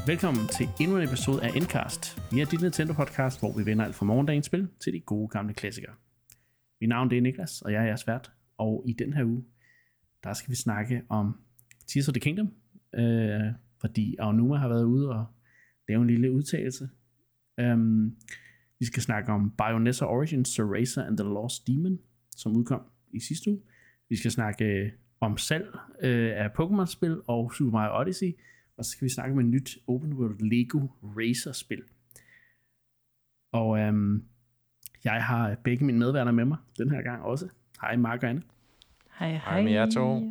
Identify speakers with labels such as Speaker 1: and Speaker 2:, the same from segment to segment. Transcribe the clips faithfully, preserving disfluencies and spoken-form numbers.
Speaker 1: Velkommen til endnu en episode af Endcast. Vi er dit Nintendo-podcast, hvor vi vender alt fra morgendagens spil til de gode gamle klassikere. Mit navn det er Niklas, og jeg er jeres vært. Og i den her uge, der skal vi snakke om Tears of the Kingdom, øh, fordi Aonuma har været ude og lave en lille udtalelse. Um, vi skal snakke om Bayonetta Origins, Cereza and the Lost Demon, som udkom i sidste uge. Vi skal snakke om salg øh, af Pokémon-spil og Super Mario Odyssey. Og så skal vi snakke om et nyt Open World Lego Racer-spil. Og øhm, jeg har begge mine medværter med mig den her gang også. Hej Mark og Anne.
Speaker 2: Hej hej.
Speaker 3: Hej med jer to.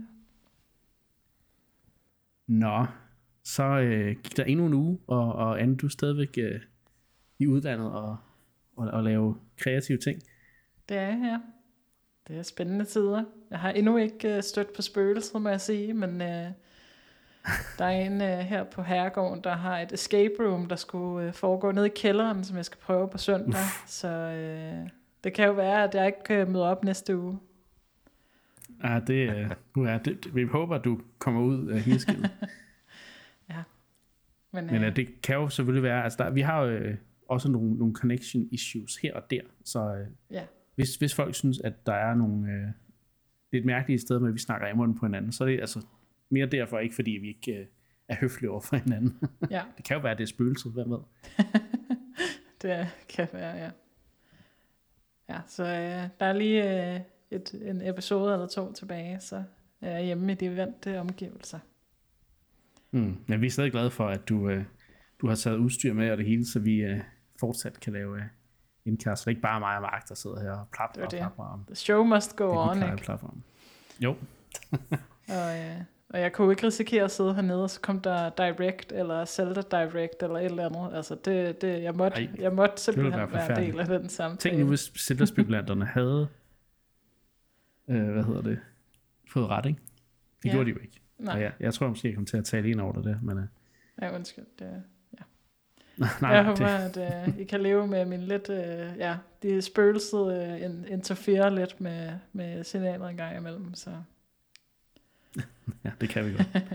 Speaker 1: Nå, så øh, gik der endnu en uge, og, og Anne, du er stadigvæk øh, i uddannet og, og, og lave kreative ting.
Speaker 2: Det er jeg, ja. Det er spændende tider. Jeg har endnu ikke øh, stødt på spøgelser, må jeg sige, men... Øh, der er en uh, her på Herregården, der har et escape room, der skulle uh, foregå ned i kælderen, som jeg skal prøve på søndag. Uff. Så uh, det kan jo være, at jeg ikke uh, møder op næste uge.
Speaker 1: Ja, det, uh, ja, det, vi håber, at du kommer ud af hilskilden.
Speaker 2: Ja. Men, uh,
Speaker 1: Men uh, det kan jo selvfølgelig være, altså der, vi har jo uh, også nogle, nogle connection issues her og der, så uh,
Speaker 2: ja.
Speaker 1: hvis, hvis folk synes, at der er nogle uh, lidt mærkelige steder med, at vi snakker i munden på hinanden, så er det altså mere derfor, ikke fordi vi ikke øh, er høflige over for hinanden.
Speaker 2: Ja. Det
Speaker 1: kan jo være, at det er spøgelset, hvem ved?
Speaker 2: Det kan være, ja. Ja, så øh, der er lige øh, et, en episode eller to tilbage, så er jeg hjemme i de vante omgivelser.
Speaker 1: Mm. Men vi er stadig glade for, at du, øh, du har taget udstyr med og det hele, så vi øh, fortsat kan lave øh, indkast. Så det er ikke bare mig og Mark, der sidder her og plapper og plapper om.
Speaker 2: The show must go on, ikke?
Speaker 1: Jo.
Speaker 2: og... Øh, Og jeg kunne ikke risikere at sidde hernede, og så kom der Direct, eller Zelda Direct, eller et eller andet. Altså, det, det, jeg, måtte, Ej, jeg måtte simpelthen være, være del af den samtale.
Speaker 1: Tænk nu, hvis Zelda-spekulanterne havde, øh, hvad hedder det, fået ret, ikke? Det ja. gjorde de jo ikke.
Speaker 2: Nej.
Speaker 1: Og ja, jeg tror måske, jeg kom til at tale ind over det, men... Uh...
Speaker 2: Ja, undskyld. Det, ja.
Speaker 1: nej, nej,
Speaker 2: jeg
Speaker 1: nej,
Speaker 2: håber,
Speaker 1: det...
Speaker 2: at uh, I kan leve med min lidt... Uh, ja, de spøgelset uh, interferer lidt med, med signaler en gang imellem, så...
Speaker 1: Ja, det kan vi godt.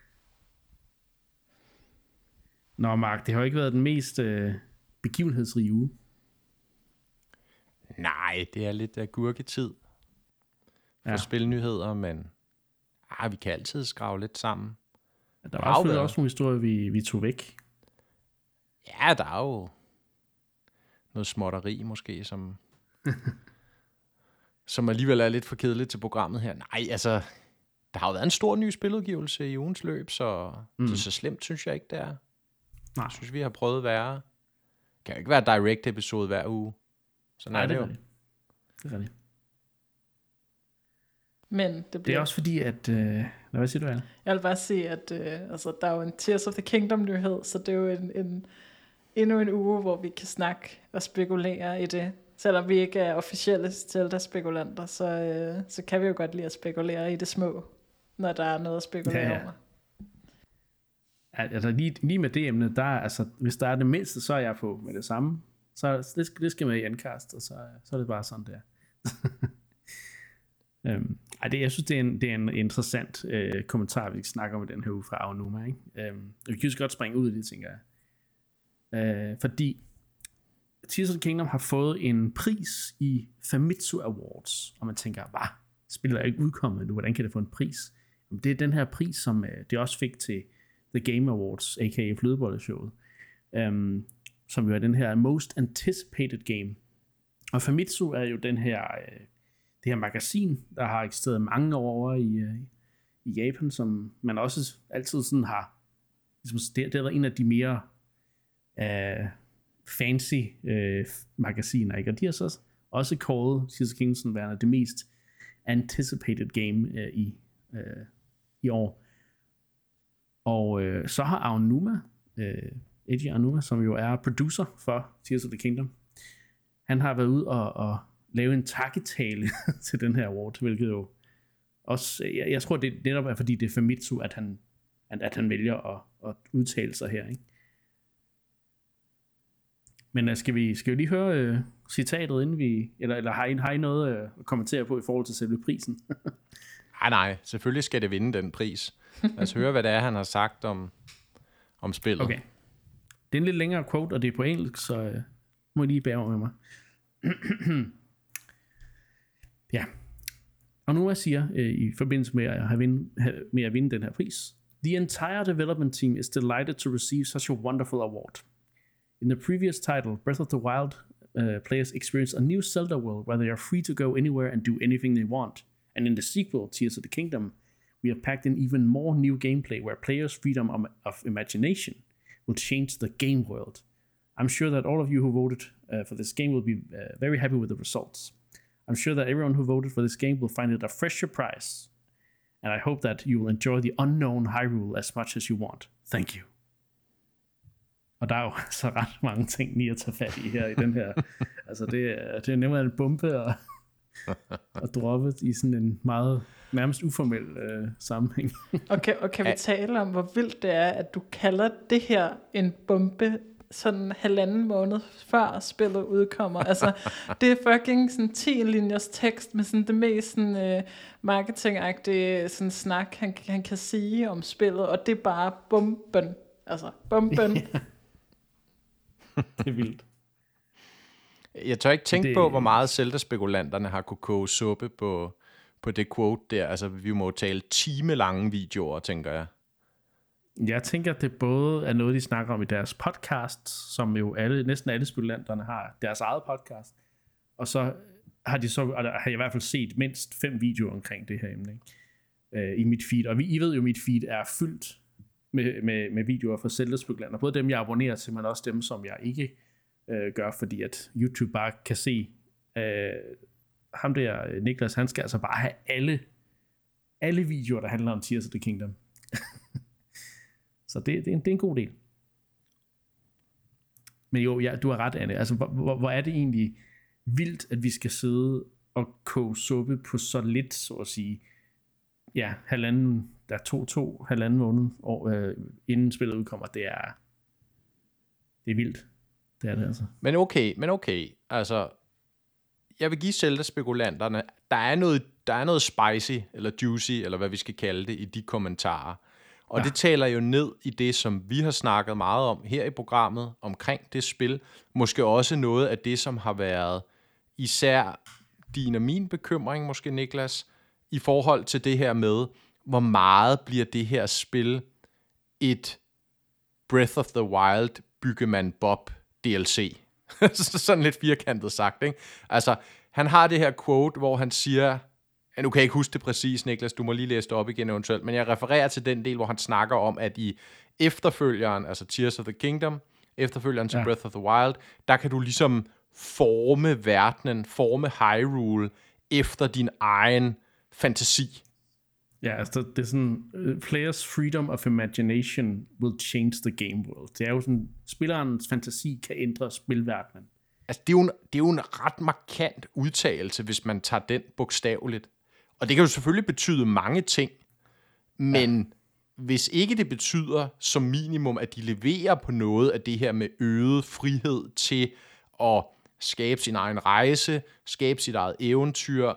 Speaker 1: Nå, Mark, det har jo ikke været den mest øh, begivenhedsrige uge.
Speaker 3: Nej, det er lidt agurketid for
Speaker 1: ja.
Speaker 3: spilnyheder, men ah, vi kan altid skrave lidt sammen.
Speaker 1: Ja, der var selvfølgelig også nogle historier, vi, vi tog væk.
Speaker 3: Ja, der er jo noget småtteri måske, som, som alligevel er lidt for kedeligt til programmet her. Nej, altså... Der har jo været en stor ny spiludgivelse i ugens løb, så, mm. så, så slemt synes jeg ikke, det er. Nej. Jeg synes, vi har prøvet værre. Det kan jo ikke være direct episode hver uge. Sådan
Speaker 1: Nej,
Speaker 3: er det,
Speaker 1: det
Speaker 3: jo.
Speaker 1: Det. det er rigtigt.
Speaker 2: Men det, bliver...
Speaker 1: det er også fordi, at... Øh... Hvad siger du, Anna?
Speaker 2: Jeg vil bare sige, at øh, altså, der er jo en Tears of the Kingdom nyhed, så det er jo en, en, endnu en uge, hvor vi kan snakke og spekulere i det. Selvom vi ikke er officielle Zelda-spekulanter, så, øh, så kan vi jo godt lide at spekulere i det små, når der er noget at spekulere ja, ja. over.
Speaker 1: Altså lige, lige med det emne, der er, altså, hvis der er det mindste, så er jeg på med det samme. Så det, det skal med i Endcast, og så, så er det bare sådan der. øhm, ej, det, jeg synes, det er en, det er en interessant øh, kommentar, vi snakker om i den her uge fra Aonuma. Ikke? Øhm, vi kan jo godt springe ud i det, tænker jeg. Øh, fordi Tears of the Kingdom har fået en pris i Famitsu Awards, og man tænker, hvad? Spillet er ikke udkommet nu, hvordan kan det få en pris? Jamen, det er den her pris, som uh, det også fik til The Game Awards, aka Flødebolleshowet, um, som jo er den her Most Anticipated Game. Og Famitsu er jo den her, uh, det her magasin, der har eksisteret mange år over i, uh, i Japan, som man også altid sådan har, ligesom, det, det har været en af de mere uh, fancy uh, magasiner, ikke? Og de har så også kåret Tears of the Kingdom som værende det mest anticipated game uh, i, uh, i år. Og uh, så har Aonuma, uh, Eiji Aonuma, som jo er producer for Tears of the Kingdom, han har været ude og, og lave en takketale til den her award, hvilket jo også, jeg, jeg tror det netop er fordi det er Famitsu, at han, at, at han vælger at, at udtale sig her, ikke? Men uh, skal, vi, skal vi lige høre uh, citatet, inden vi... Eller, eller har, I, har I noget uh, at kommentere på i forhold til selve prisen?
Speaker 3: nej, nej. Selvfølgelig skal det vinde den pris. Lad os høre, hvad det er, han har sagt om, om spillet.
Speaker 1: Okay. Det er en lidt længere quote, og det er på engelsk, så øh, må I lige bære over med mig. Ja. Og nu jeg siger, øh, i forbindelse med at, have vind, med at vinde den her pris. The entire development team is delighted to receive such a wonderful award. In the previous title, Breath of the Wild, uh, players experience a new Zelda world where they are free to go anywhere and do anything they want. And in the sequel, Tears of the Kingdom, we have packed in even more new gameplay where players' freedom of imagination will change the game world. I'm sure that all of you who voted uh, for this game will be uh, very happy with the results. I'm sure that everyone who voted for this game will find it a fresh surprise. And I hope that you will enjoy the unknown Hyrule as much as you want. Thank you. Og der er jo så ret mange ting lige at tage fat i her i den her. Altså det er, det er nemmere en bombe og, og droppe i sådan en meget nærmest uformel øh, sammenhæng.
Speaker 2: Og kan, og kan vi tale om, hvor vildt det er, at du kalder det her en bombe sådan halvanden måned før spillet udkommer. Altså, det er fucking sådan ti linjers tekst med sådan det mest sådan, øh, marketingagtige sådan snak, han, han kan sige om spillet, og det er bare bomben. Altså, bomben.
Speaker 1: Det er vildt.
Speaker 3: Jeg tør ikke tænke
Speaker 1: det...
Speaker 3: på, hvor meget Zelda-spekulanterne har kunne koge suppe på, på det quote der. Altså, vi må tale timelange videoer, tænker jeg.
Speaker 1: Jeg tænker, at det både er noget, de snakker om i deres podcast, som jo alle, næsten alle spekulanterne har deres eget podcast, og så har de så, eller har jeg i hvert fald set mindst fem videoer omkring det her emne, ikke? Øh, i mit feed. Og vi, I ved jo, at mit feed er fyldt med, med, med videoer fra Zelda-spekulanter. Både dem, jeg abonnerer til, men også dem, som jeg ikke øh, gør, fordi at YouTube bare kan se, øh, ham der, Niklas, han skal altså bare have alle, alle videoer, der handler om Tears of the Kingdom. Så det, det, er en, det er en god del. Men jo, ja, du har ret, Anne. Altså, hvor, hvor, hvor er det egentlig vildt, at vi skal sidde og koge suppe på så lidt, så at sige. Ja, halvanden, der er to, to, halvanden måned, år, øh, inden spillet udkommer. Det er, det er vildt. Det er det altså.
Speaker 3: Men okay, men okay. Altså, jeg vil give Zelda-spekulanterne, der er noget, der er noget spicy, eller juicy, eller hvad vi skal kalde det, i de kommentarer. Og ja. Det taler jo ned i det, som vi har snakket meget om her i programmet, omkring det spil. Måske også noget af det, som har været især din og min bekymring, måske Niklas, i forhold til det her med, hvor meget bliver det her spil et Breath of the Wild byggemand Bob D L C. Sådan lidt firkantet sagt, ikke? Altså, han har det her quote, hvor han siger... Nu kan jeg ikke huske det præcis, Niklas, du må lige læse det op igen eventuelt, men jeg refererer til den del, hvor han snakker om, at i efterfølgeren, altså Tears of the Kingdom, efterfølgeren til ja. Breath of the Wild, der kan du ligesom forme verdenen, forme Hyrule, efter din egen fantasi.
Speaker 1: Ja, altså det er sådan, uh, players' freedom of imagination will change the game world. Det er jo sådan, spillerens fantasi kan ændre spilverdenen.
Speaker 3: Altså det er jo en, det er jo en ret markant udtalelse, hvis man tager den bogstaveligt. Og det kan jo selvfølgelig betyde mange ting, men ja. Hvis ikke det betyder som minimum, at de leverer på noget af det her med øget frihed til at skabe sin egen rejse, skabe sit eget eventyr,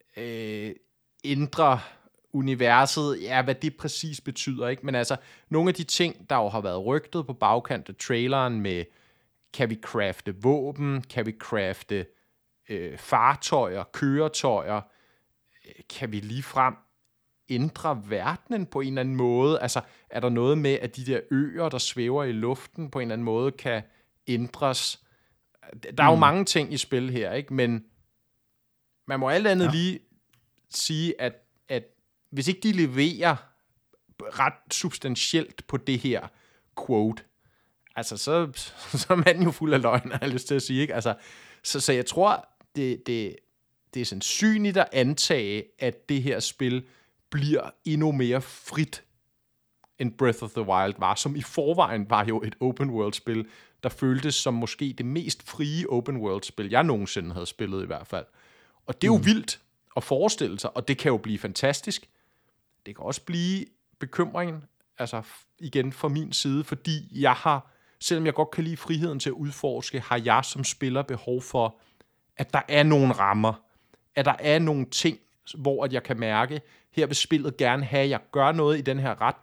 Speaker 3: øh, ændre universet, ja, hvad det præcis betyder, ikke? Men altså, nogle af de ting, der jo har været rygtet på bagkant af traileren med, kan vi crafte våben, kan vi crafte øh, fartøjer, køretøjer, kan vi ligefrem ændre verdenen på en eller anden måde? Altså, er der noget med, at de der øer, der svæver i luften, på en eller anden måde kan ændres? Der er jo mm. mange ting i spil her, ikke? Men man må alt andet ja. lige sige, at, at hvis ikke de leverer ret substantielt på det her quote, altså, så, så er man jo fuld af løgn, har jeg lyst til at sige, ikke? Altså, så, så jeg tror, det, det, det er sandsynligt at antage, at det her spil bliver endnu mere frit, end Breath of the Wild var, som i forvejen var jo et open world-spil, der føltes som måske det mest frie open world-spil, jeg nogensinde havde spillet i hvert fald. Og det er jo mm. vildt at forestille sig, og det kan jo blive fantastisk. Det kan også blive bekymringen, altså igen fra min side, fordi jeg har, selvom jeg godt kan lide friheden til at udforske, har jeg som spiller behov for, at der er nogle rammer, at der er nogle ting, hvor at jeg kan mærke, her vil spillet gerne have, at jeg gør noget i den her retning,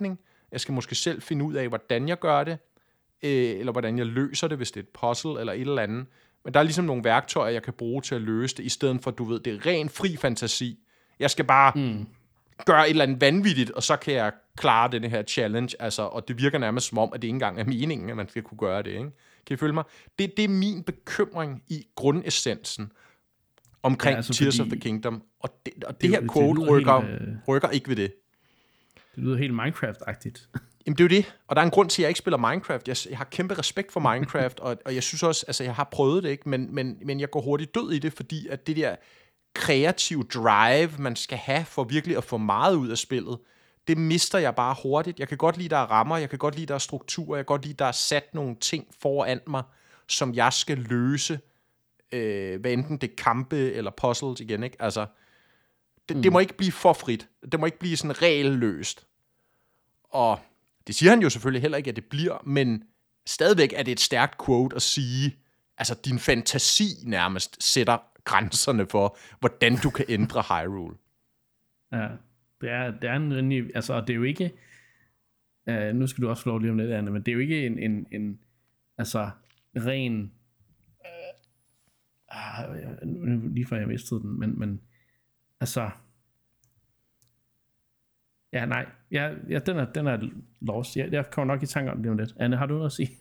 Speaker 3: Jeg skal måske selv finde ud af, hvordan jeg gør det, øh, eller hvordan jeg løser det, hvis det er et puzzle eller et eller andet. Men der er ligesom nogle værktøjer, jeg kan bruge til at løse det, i stedet for, du ved, det er ren fri fantasi. Jeg skal bare mm. gøre et eller andet vanvittigt, og så kan jeg klare denne her challenge, altså, og det virker nærmest som om, at det ikke engang er meningen, at man skal kunne gøre det, ikke? Kan I følge mig? Det, det er min bekymring i grundessensen omkring ja, altså Tears fordi, of the Kingdom, og det, og det, det her det, quote det rykker, helt, øh, rykker ikke ved det.
Speaker 1: Det lyder helt Minecraft-agtigt.
Speaker 3: Jamen det er jo det, og der er en grund til, at jeg ikke spiller Minecraft. Jeg, jeg har kæmpe respekt for Minecraft, og, og jeg synes også, altså jeg har prøvet det, ikke? Men, men, men jeg går hurtigt død i det, fordi at det der kreative drive, man skal have for virkelig at få meget ud af spillet, det mister jeg bare hurtigt. Jeg kan godt lide, der er rammer, jeg kan godt lide, der er strukturer, jeg kan godt lide, der er sat nogle ting foran mig, som jeg skal løse, øh, hvad enten det er kampe eller puzzles igen, ikke? Altså, det, mm. det må ikke blive for frit. Det må ikke blive sådan regelløst. Og det siger han jo selvfølgelig heller ikke, at det bliver, men stadigvæk er det et stærkt quote at sige, altså din fantasi nærmest sætter grænserne for, hvordan du kan ændre Hyrule.
Speaker 1: Ja, det er, det er en rimelig, altså, og det er jo ikke, uh, nu skal du også få lov lige om lidt andet, men det er jo ikke en, en, en altså, ren, uh, uh, lige før jeg mistede den, men, men altså, ja, nej, ja, ja den, er, den er lost. Jeg, jeg kommer nok i tanke om det lige om lidt. Anne, har du noget at sige?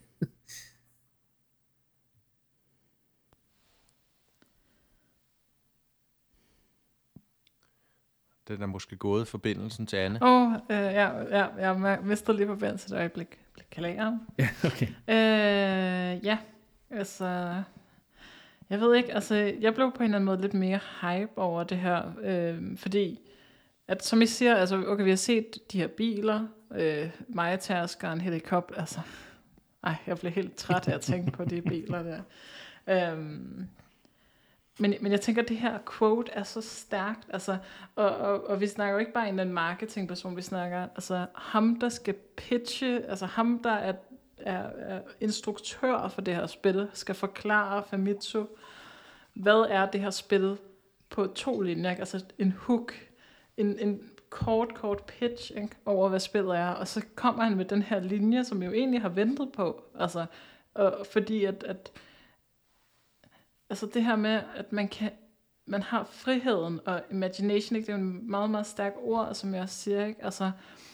Speaker 3: Den er måske gået forbindelsen til Anne.
Speaker 2: Åh, oh, øh, ja, ja, jeg mister lige forbindelsen et øjeblik. Kan jeg lære?
Speaker 1: Ja, okay.
Speaker 2: Øh, ja, altså, jeg ved ikke, altså, jeg blev på en eller anden måde lidt mere hype over det her, øh, fordi, at som I siger, altså, okay, vi har set de her biler, øh, Maja-tærskeren, helikopter, altså, ej, jeg blev helt træt af at tænke på de biler der. Øhm, men, men jeg tænker, at det her quote er så stærkt, altså, og, og, og vi snakker jo ikke bare en marketingperson, vi snakker, altså, ham, der skal pitche, altså, ham, der er, er, er instruktør for det her spil, skal forklare Famitsu, hvad er det her spil på to linjer, altså, en hook, en, en kort, kort pitch, ikke, over, hvad spillet er, og så kommer han med den her linje, som jeg jo egentlig har ventet på, altså, og, fordi at, at altså det her med, at man kan, man har friheden, og imagination, ikke, det er en meget, meget stærk ord, som jeg siger, ikke, altså,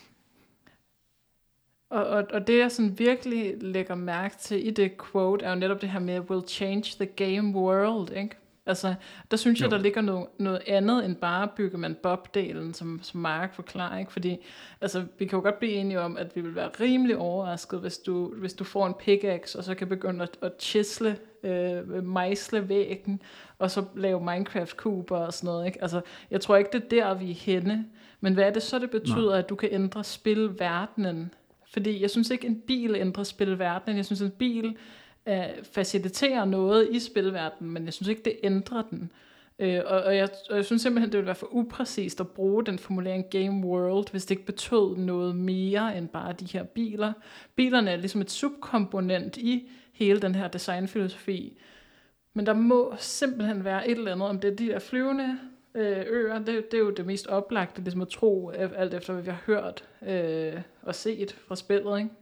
Speaker 2: og, og, og det jeg sådan virkelig lægger mærke til i det quote, er jo netop det her med, will change the game world, ikke? Altså, der synes jo. jeg, der ligger noget, noget andet end bare bygge man Bob-delen, som, som Mark forklarer, ikke? Fordi, altså, vi kan jo godt blive enige om, at vi vil være rimelig overrasket, hvis du, hvis du får en pickaxe, og så kan begynde at, at chisle, øh, mejsle væggen, og så lave Minecraft-kuber og sådan noget, ikke? Altså, jeg tror ikke, det er der, vi er henne. Men hvad er det så, det betyder, Nej. at du kan ændre spilverdenen? Fordi jeg synes ikke, en bil ændrer spilverdenen. Jeg synes, en bil Uh, faciliterer noget i spilverdenen, men jeg synes ikke, det ændrer den. Uh, og, og, jeg, og jeg synes simpelthen, det ville være for upræcist at bruge den formulering game world, hvis det ikke betød noget mere end bare de her biler. Bilerne er ligesom et subkomponent i hele den her designfilosofi. Men der må simpelthen være et eller andet, om det er de der flyvende øh, øer, det, det er jo det mest oplagte, ligesom at tro, alt efter hvad vi har hørt øh, og set fra spillet, ikke?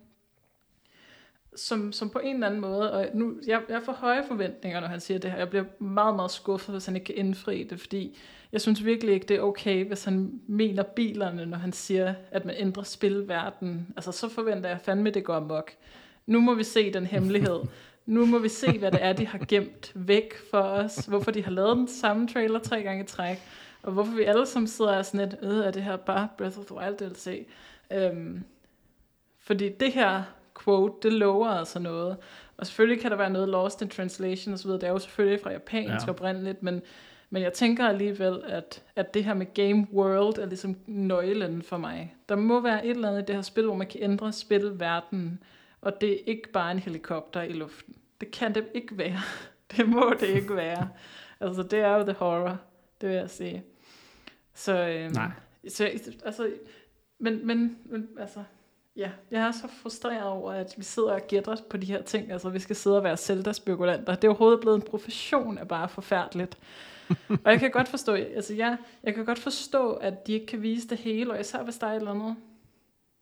Speaker 2: Som, som på en eller anden måde, og nu, jeg, jeg får høje forventninger, når han siger det her. Jeg bliver meget, meget skuffet, hvis han ikke kan indfri det, fordi jeg synes virkelig ikke, det er okay, hvis han mener bilerne, når han siger, at man ændrer spilverdenen. Altså, så forventer jeg fandme, det går amok. Nu må vi se den hemmelighed. Nu må vi se, hvad det er, de har gemt væk for os. Hvorfor de har lavet den samme trailer tre gange i træk. Og hvorfor vi alle sammen sidder og sådan et, øh, er det her bare Breath of the Wild D L C? Øhm, fordi det her quote, det lover altså noget. Og selvfølgelig kan der være noget lost in translation og så videre. Det er jo selvfølgelig fra japansk ja. oprindeligt, men, men jeg tænker alligevel, at, at det her med game world er ligesom nøglen for mig. Der må være et eller andet i det her spil, hvor man kan ændre spilverdenen, og det er ikke bare en helikopter i luften. Det kan det ikke være. Det må det ikke være. Altså, det er jo the horror, det vil jeg sige. Så, øhm,
Speaker 1: Nej.
Speaker 2: Så, altså, men, men, men, altså, ja, jeg er så frustreret over, at vi sidder og gætter på de her ting. Altså, vi skal sidde og være Zelda-spekulanter. Det er overhovedet blevet en profession, er bare forfærdeligt. Og jeg kan godt forstå, altså, jeg, jeg kan godt forstå, at de ikke kan vise det hele, og især hvis der er et eller andet.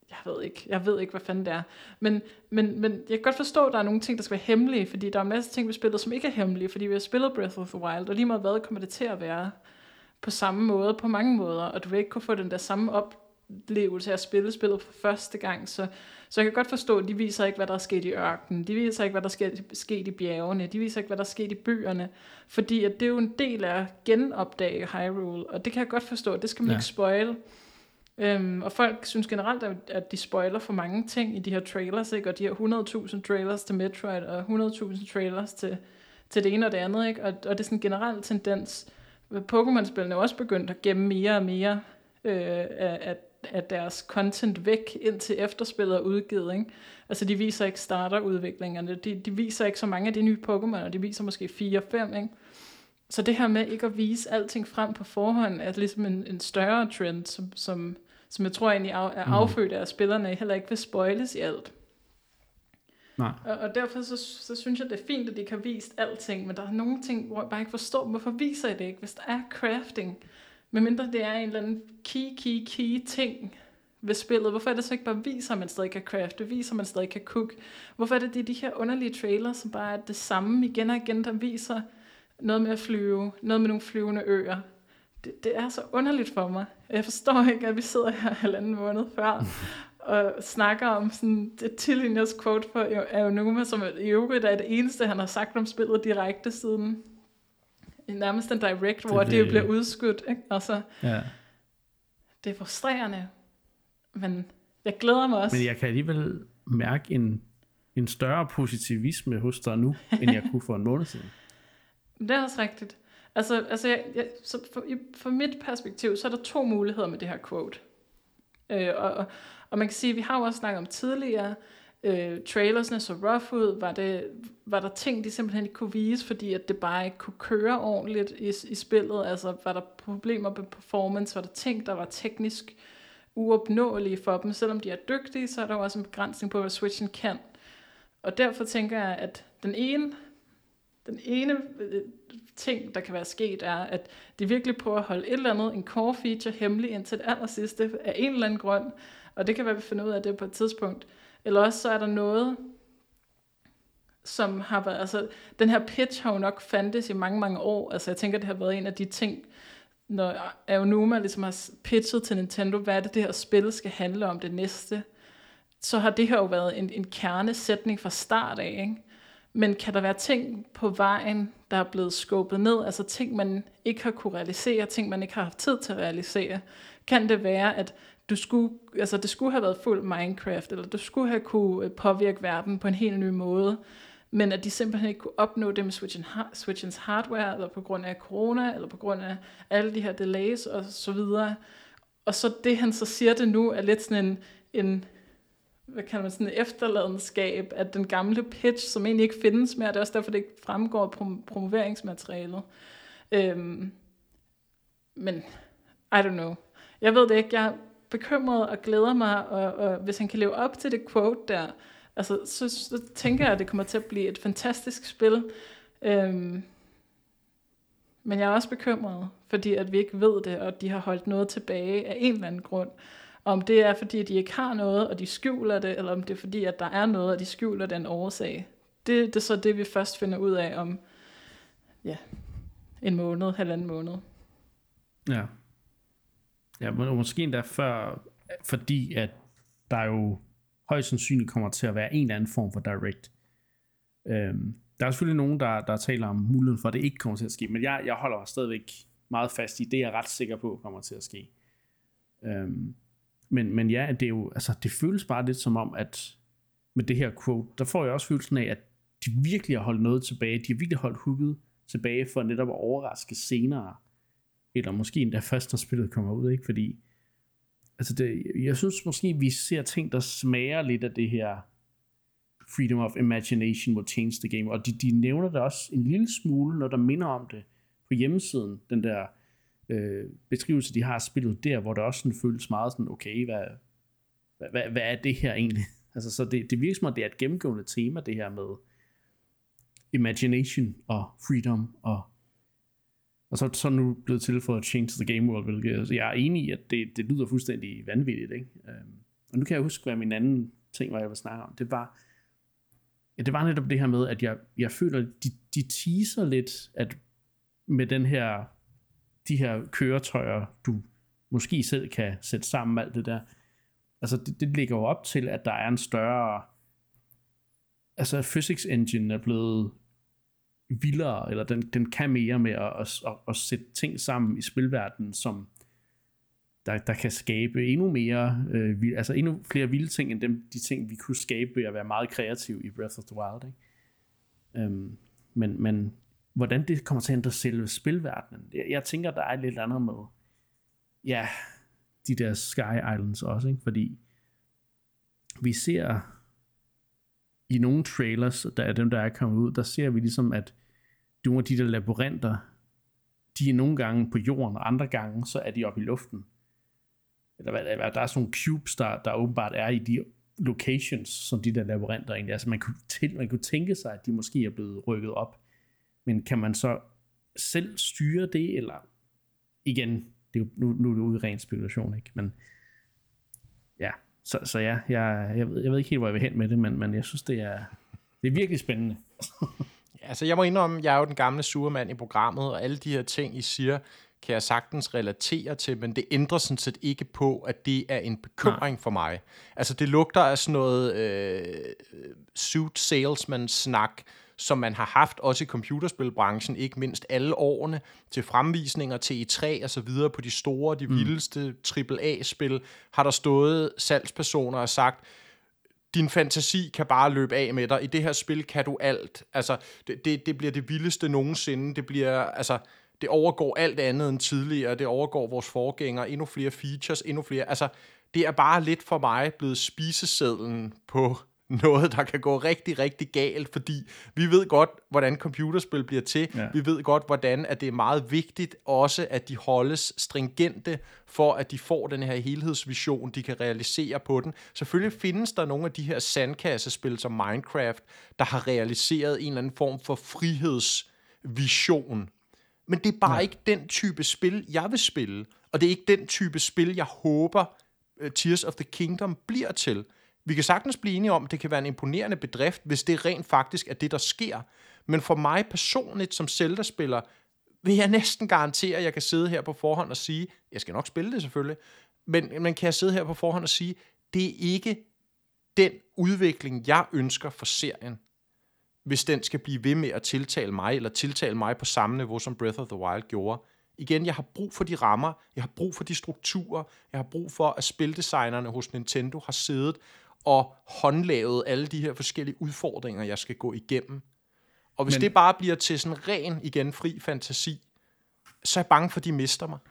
Speaker 2: jeg ved ikke, jeg ved ikke, hvad fanden det er. Men, men, men jeg kan godt forstå, at der er nogle ting, der skal være hemmelige, fordi der er en masse ting, vi spiller, som ikke er hemmelige, fordi vi har spillet Breath of the Wild, og lige meget hvad kommer det til at være på samme måde, på mange måder, og du vil ikke kunne få den der samme oplevelse af at spille spillet for første gang, så, så jeg kan godt forstå, at de viser ikke, hvad der er sket i ørkenen, de viser ikke, hvad der er sket i bjergene, de viser ikke, hvad der er sket i byerne, fordi at det er jo en del af at genopdage Hyrule, og det kan jeg godt forstå, det skal man ja. ikke spoil. Øhm, og folk synes generelt, at de spoiler for mange ting i de her trailers, ikke? Og de her hundrede tusind trailers til Metroid, og hundrede tusind trailers til, til det ene og det andet, ikke? Og, og det er sådan en generel tendens. Pokémon-spillene er også begyndt at gemme mere og mere øh, af, af deres content væk, indtil efterspillet er udgivet, ikke? Altså de viser ikke starterudviklingerne, de, de viser ikke så mange af de nye Pokémon, og de viser måske fire fem, ikke? Så det her med ikke at vise alting frem på forhånd, er ligesom en, en større trend, som, som, som jeg tror egentlig er affødt af, at spillerne heller ikke vil spoiles i alt.
Speaker 1: Nej.
Speaker 2: Og, og derfor så, så synes jeg, det er fint, at de kan vise alting, men der er nogle ting, hvor jeg bare ikke forstår, hvorfor viser I det ikke, hvis der er crafting, medmindre det er en eller anden key, key, key ting ved spillet. Hvorfor er det så ikke bare viser, at man stadig kan crafte, viser, at man stadig kan cook? Hvorfor er det de, de her underlige trailers, som bare er det samme igen og igen, der viser noget med at flyve, noget med nogle flyvende øer? Det, det er så underligt for mig. Jeg forstår ikke, at vi sidder her halvanden måned før og snakker om sådan et tillinjers quote for Aonuma, som i øvrigt er det eneste, han har sagt om spillet direkte siden nærmest en direct, hvor det, det bliver udskudt. Ikke? Altså,
Speaker 1: ja.
Speaker 2: Det er frustrerende, men jeg glæder mig også.
Speaker 1: Men jeg kan alligevel mærke en, en større positivisme hos dig nu, end jeg kunne for en måned siden.
Speaker 2: Det er også rigtigt. Altså, altså jeg, jeg, så for, for mit perspektiv, så er der to muligheder med det her quote. Øh, og, og, og man kan sige, vi har jo også snakket om tidligere, øh, trailersne så rough ud, var, det, var der ting, de simpelthen ikke kunne vise, fordi at det bare ikke kunne køre ordentligt i, i spillet, altså var der problemer med performance, var der ting, der var teknisk uopnåelige for dem, selvom de er dygtige, så er der jo også en begrænsning på, hvad Switchen kan. Og derfor tænker jeg, at den ene Den ene ting, der kan være sket, er, at de virkelig prøver at holde et eller andet, en core feature, hemmelig indtil det allersidste af en eller anden grund, og det kan være, at vi finder ud af det på et tidspunkt. Eller også så er der noget, som har været, altså den her pitch har jo nok fandtes i mange, mange år, altså jeg tænker, det har været en af de ting, når Aonuma ligesom har pitchet til Nintendo, hvad er det, det her spil skal handle om det næste, så har det her jo været en, en kernesætning fra start af, ikke? Men kan der være ting på vejen, der er blevet skubbet ned, altså ting, man ikke har kunne realisere, ting, man ikke har haft tid til at realisere? Kan det være, at du skulle, altså det skulle have været fuld Minecraft, eller du skulle have kunne påvirke verden på en helt ny måde, men at de simpelthen ikke kunne opnå det med Switchen, Switchens hardware, eller på grund af corona, eller på grund af alle de her delays og så videre. Og så det, han så siger det nu, er lidt sådan en, en hvad kan man sådan et efterladenskab af den gamle pitch, som egentlig ikke findes mere. Det er også derfor, det ikke fremgår af prom- promoveringsmaterialet. Øhm, men, I don't know. Jeg ved det ikke. Jeg er bekymret og glæder mig, og, og hvis han kan leve op til det quote der, altså, så, så tænker jeg, at det kommer til at blive et fantastisk spil. Øhm, men jeg er også bekymret, fordi at vi ikke ved det, og de har holdt noget tilbage af en eller anden grund. Om det er, fordi de ikke har noget, og de skjuler det, eller om det er, fordi at der er noget, og de skjuler den årsag. Det, det er så det, vi først finder ud af om ja, en måned, halvanden måned.
Speaker 1: Ja. Ja, men måske endda før, fordi at der jo højst sandsynligt kommer til at være en eller anden form for direct. Øhm, der er selvfølgelig nogen, der, der taler om muligheden for, at det ikke kommer til at ske, men jeg, jeg holder stadigvæk meget fast i, det jeg er ret sikker på kommer til at ske. Øhm, Men, men ja, det er jo, altså, det føles bare lidt som om, at med det her quote, der får jeg også følelsen af, at de virkelig har holdt noget tilbage. De har virkelig holdt hooket tilbage for netop at overraske senere. Eller måske endda først, når spillet kommer ud, ikke? Fordi, altså det, jeg synes måske, vi ser ting, der smager lidt af det her freedom of imagination will change the game. Og de, de nævner det også en lille smule, når der minder om det på hjemmesiden, den der Øh, beskrivelse, de har spillet der, hvor det også sådan føles meget sådan, okay, hvad, hvad, hvad er det her egentlig? Altså, så det, det virker som om, det er et gennemgående tema, det her med imagination og freedom, og, og så, så er nu blevet tilføjet change to the game world, hvilket altså, jeg er enig i, at det, det lyder fuldstændig vanvittigt, ikke? Og nu kan jeg huske, hvad min anden ting var, jeg vil snakke om. Det var, ja, det var netop det her med, at jeg, jeg føler, de, de teaser lidt, at med den her, de her køretøjer, du måske selv kan sætte sammen alt det der. Altså, det, det ligger jo op til, at der er en større, altså physics engine er blevet vildere, eller den, den kan mere med at, at, at, at sætte ting sammen i spilverdenen, som der, der kan skabe endnu mere, øh, vild, altså endnu flere vilde ting, end dem, de ting, vi kunne skabe ved at være meget kreative i Breath of the Wild. Ikke? Øhm, men, men hvordan det kommer til at ændre selve spilverdenen, jeg, jeg tænker, der er lidt andet med, ja, de der Sky Islands også, ikke? Fordi vi ser i nogle trailers, der er dem, der er kommet ud, der ser vi ligesom, at nogle af de der labyrinter, de er nogle gange på jorden, og andre gange, så er de oppe i luften. Eller hvad, der er sådan nogle cubes, der, der åbenbart er i de locations, som de der labyrinter egentlig er. Altså man kunne, til, man kunne tænke sig, at de måske er blevet rykket op. Men kan man så selv styre det, eller igen, det er jo, nu, nu er det ude i ren spekulation, ikke? Men ja, så, så ja, jeg, jeg, ved, jeg ved ikke helt, hvor jeg vil hen med det, men, men jeg synes, det er, det er virkelig spændende.
Speaker 3: Ja, altså jeg må indrømme, jeg er jo den gamle surmand i programmet, og alle de her ting, I siger, kan jeg sagtens relatere til, men det ændrer sådan set ikke på, at det er en bekymring Nej. for mig. Altså det lugter af sådan noget øh, suit salesman-snak, som man har haft også i computerspilbranchen, ikke mindst alle årene, til fremvisninger til E tre og så videre på de store, de mm. vildeste triple A-spil, har der stået salgspersoner og sagt, din fantasi kan bare løbe af med dig. I det her spil kan du alt. Altså, det, det, det bliver det vildeste nogensinde. Det bliver, altså, det overgår alt andet end tidligere. Det overgår vores forgængere. Endnu flere features, endnu flere. Altså, det er bare lidt for mig blevet spisesedlen på noget, der kan gå rigtig, rigtig galt, fordi vi ved godt, hvordan computerspil bliver til. Ja. Vi ved godt, hvordan at det er meget vigtigt også, at de holdes stringente, for at de får den her helhedsvision, de kan realisere på den. Selvfølgelig findes der nogle af de her sandkassespil som Minecraft, der har realiseret en eller anden form for frihedsvision. Men det er bare ja. ikke den type spil, jeg vil spille. Og det er ikke den type spil, jeg håber, uh, Tears of the Kingdom bliver til. Vi kan sagtens blive enige om, at det kan være en imponerende bedrift, hvis det rent faktisk er det, der sker. Men for mig personligt som Zelda-spiller, vil jeg næsten garantere, at jeg kan sidde her på forhånd og sige, jeg skal nok spille det selvfølgelig, men, men kan jeg sidde her på forhånd og sige, det er ikke den udvikling, jeg ønsker for serien, hvis den skal blive ved med at tiltale mig, eller tiltale mig på samme niveau, som Breath of the Wild gjorde. Igen, jeg har brug for de rammer, jeg har brug for de strukturer, jeg har brug for, at spildesignerne hos Nintendo har siddet og håndlavet alle de her forskellige udfordringer, jeg skal gå igennem. Og hvis Men... det bare bliver til sådan ren, igen, fri fantasi, så er jeg bange for, at de mister mig.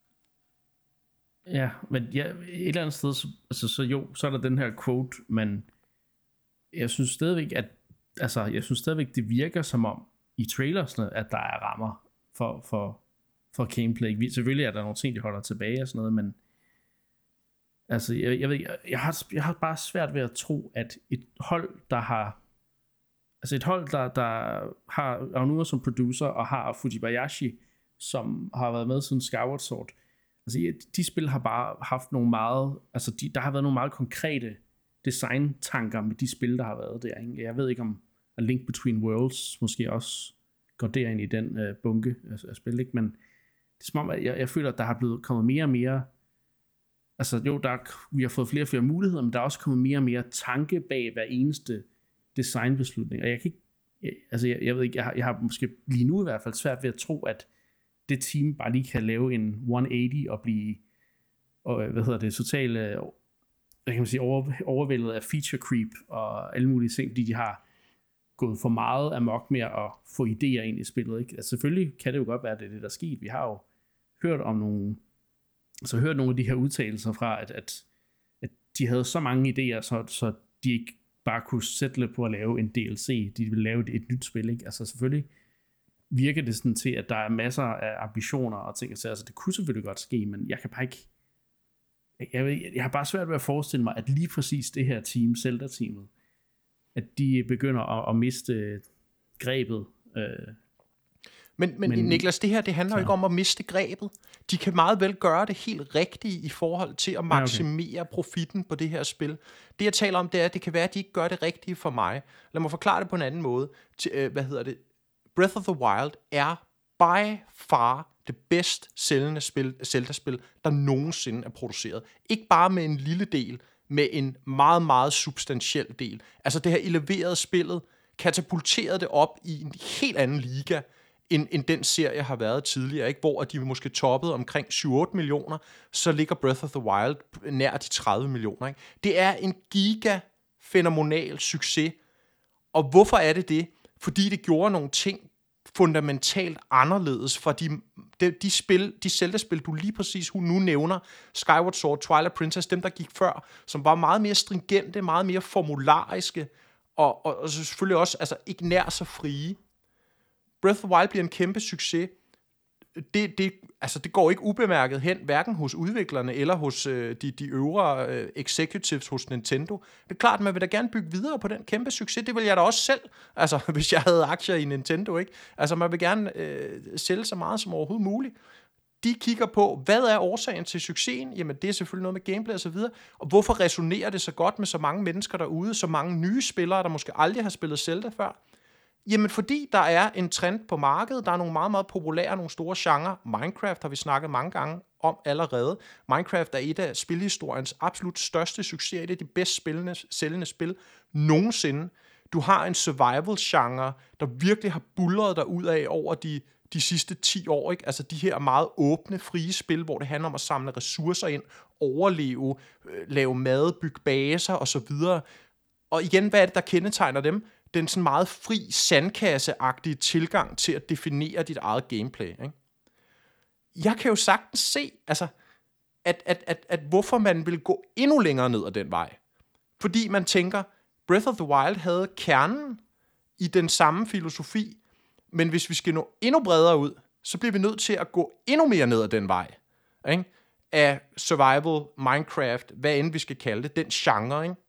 Speaker 1: Ja, men ja, et eller andet sted, så, altså, så jo, så er der den her quote, men jeg synes stadigvæk, at altså, jeg synes stadigvæk, det virker som om i trailersne, at der er rammer for, for, for gameplay. Selvfølgelig er der nogle ting, de holder tilbage og sådan noget, men altså, jeg, jeg ved jeg, jeg, har, jeg har bare svært ved at tro, at et hold, der har altså et hold, der, der har Aonuma som producer, og har Fujibayashi, som har været med siden Skyward Sword. Altså, de spil har bare haft nogle meget, altså de, der har været nogle meget konkrete design-tanker med de spil, der har været der. Ikke? Jeg ved ikke, om A Link Between Worlds måske også går derind i den øh, bunke af, af spil, ikke? Men det er som om, at jeg, jeg føler, at der har blevet kommet mere og mere, altså jo, der, vi har fået flere og flere muligheder, men der er også kommet mere og mere tanke bag hver eneste designbeslutning, og jeg kan ikke, jeg, altså jeg, jeg ved ikke, jeg har, jeg har måske lige nu i hvert fald svært ved at tro, at det team bare lige kan lave en et hundrede og otte og blive, og, hvad hedder det, totalt, hvad kan man sige, over, overvældet af feature creep og alle mulige ting, fordi de har gået for meget amok med at få idéer ind i spillet, ikke? Altså selvfølgelig kan det jo godt være, at det er det, der er sket. Vi har jo hørt om nogle, altså hørt nogle af de her udtalelser fra, at, at, at de havde så mange idéer, så, så de ikke bare kunne sætte på at lave en D L C. De ville lave et, et nyt spil, ikke? Altså selvfølgelig virker det sådan til, at der er masser af ambitioner og ting, altså det kunne selvfølgelig godt ske, men jeg kan bare ikke, jeg, jeg, jeg har bare svært ved at forestille mig, at lige præcis det her team, Zelda-teamet, at de begynder at, at miste grebet. Øh.
Speaker 3: Men, men, men Niklas, det her, det handler jo ikke om at miste grebet. De kan meget vel gøre det helt rigtigt i forhold til at maksimere ja, okay. profitten på det her spil. Det, jeg taler om, det er, at det kan være, at de ikke gør det rigtige for mig. Lad mig forklare det på en anden måde. Til, øh, hvad hedder det? Breath of the Wild er by far det bedst sælgende spil, Zelda-spil, der nogensinde er produceret. Ikke bare med en lille del, med en meget, meget substantiel del. Altså det her eleverede spillet, katapulterede det op i en helt anden liga, end, end den serie har været tidligere, ikke? Hvor de måske toppede omkring syv otte millioner, så ligger Breath of the Wild nær de tredive millioner. Ikke? Det er en giga-fænomenal succes. Og hvorfor er det det? Fordi det gjorde nogle ting fundamentalt anderledes fra de, de, de spil, de Zelda-spil, du lige præcis nu nævner, Skyward Sword, Twilight Princess, dem der gik før, som var meget mere stringente, meget mere formulariske, og, og, og selvfølgelig også altså, ikke nær så frie. Breath of the Wild bliver en kæmpe succes. Det, det, altså, det går ikke ubemærket hen, hverken hos udviklerne eller hos øh, de, de øvre øh, executives hos Nintendo. Det er klart, man vil da gerne bygge videre på den kæmpe succes. Det vil jeg da også selv, altså, hvis jeg havde aktier i Nintendo. Ikke? Altså, man vil gerne øh, sælge så meget som overhovedet muligt. De kigger på, hvad er årsagen til succesen? Jamen, det er selvfølgelig noget med gameplay og så videre. Og hvorfor resonerer det så godt med så mange mennesker derude, så mange nye spillere, der måske aldrig har spillet Zelda før? Jamen, fordi der er en trend på markedet, der er nogle meget, meget populære, nogle store genrer. Minecraft har vi snakket mange gange om allerede. Minecraft er et af spilhistoriens absolut største succeser, et af de bedst spillende, sælgende spil nogensinde. Du har en survival-genre, der virkelig har buldret dig ud af over de, de sidste ti år. Ikke? Altså de her meget åbne, frie spil, hvor det handler om at samle ressourcer ind, overleve, øh, lave mad, bygge baser osv. Og igen, hvad er det, der kendetegner dem? Den sådan meget fri, sandkasse-agtige tilgang til at definere dit eget gameplay. Ikke? Jeg kan jo sagtens se, altså, at, at, at, at hvorfor man vil gå endnu længere ned ad den vej. Fordi man tænker, Breath of the Wild havde kernen i den samme filosofi, men hvis vi skal nå endnu bredere ud, så bliver vi nødt til at gå endnu mere ned ad den vej. Ikke? Af survival, Minecraft, hvad end vi skal kalde det, den genre. Ikke?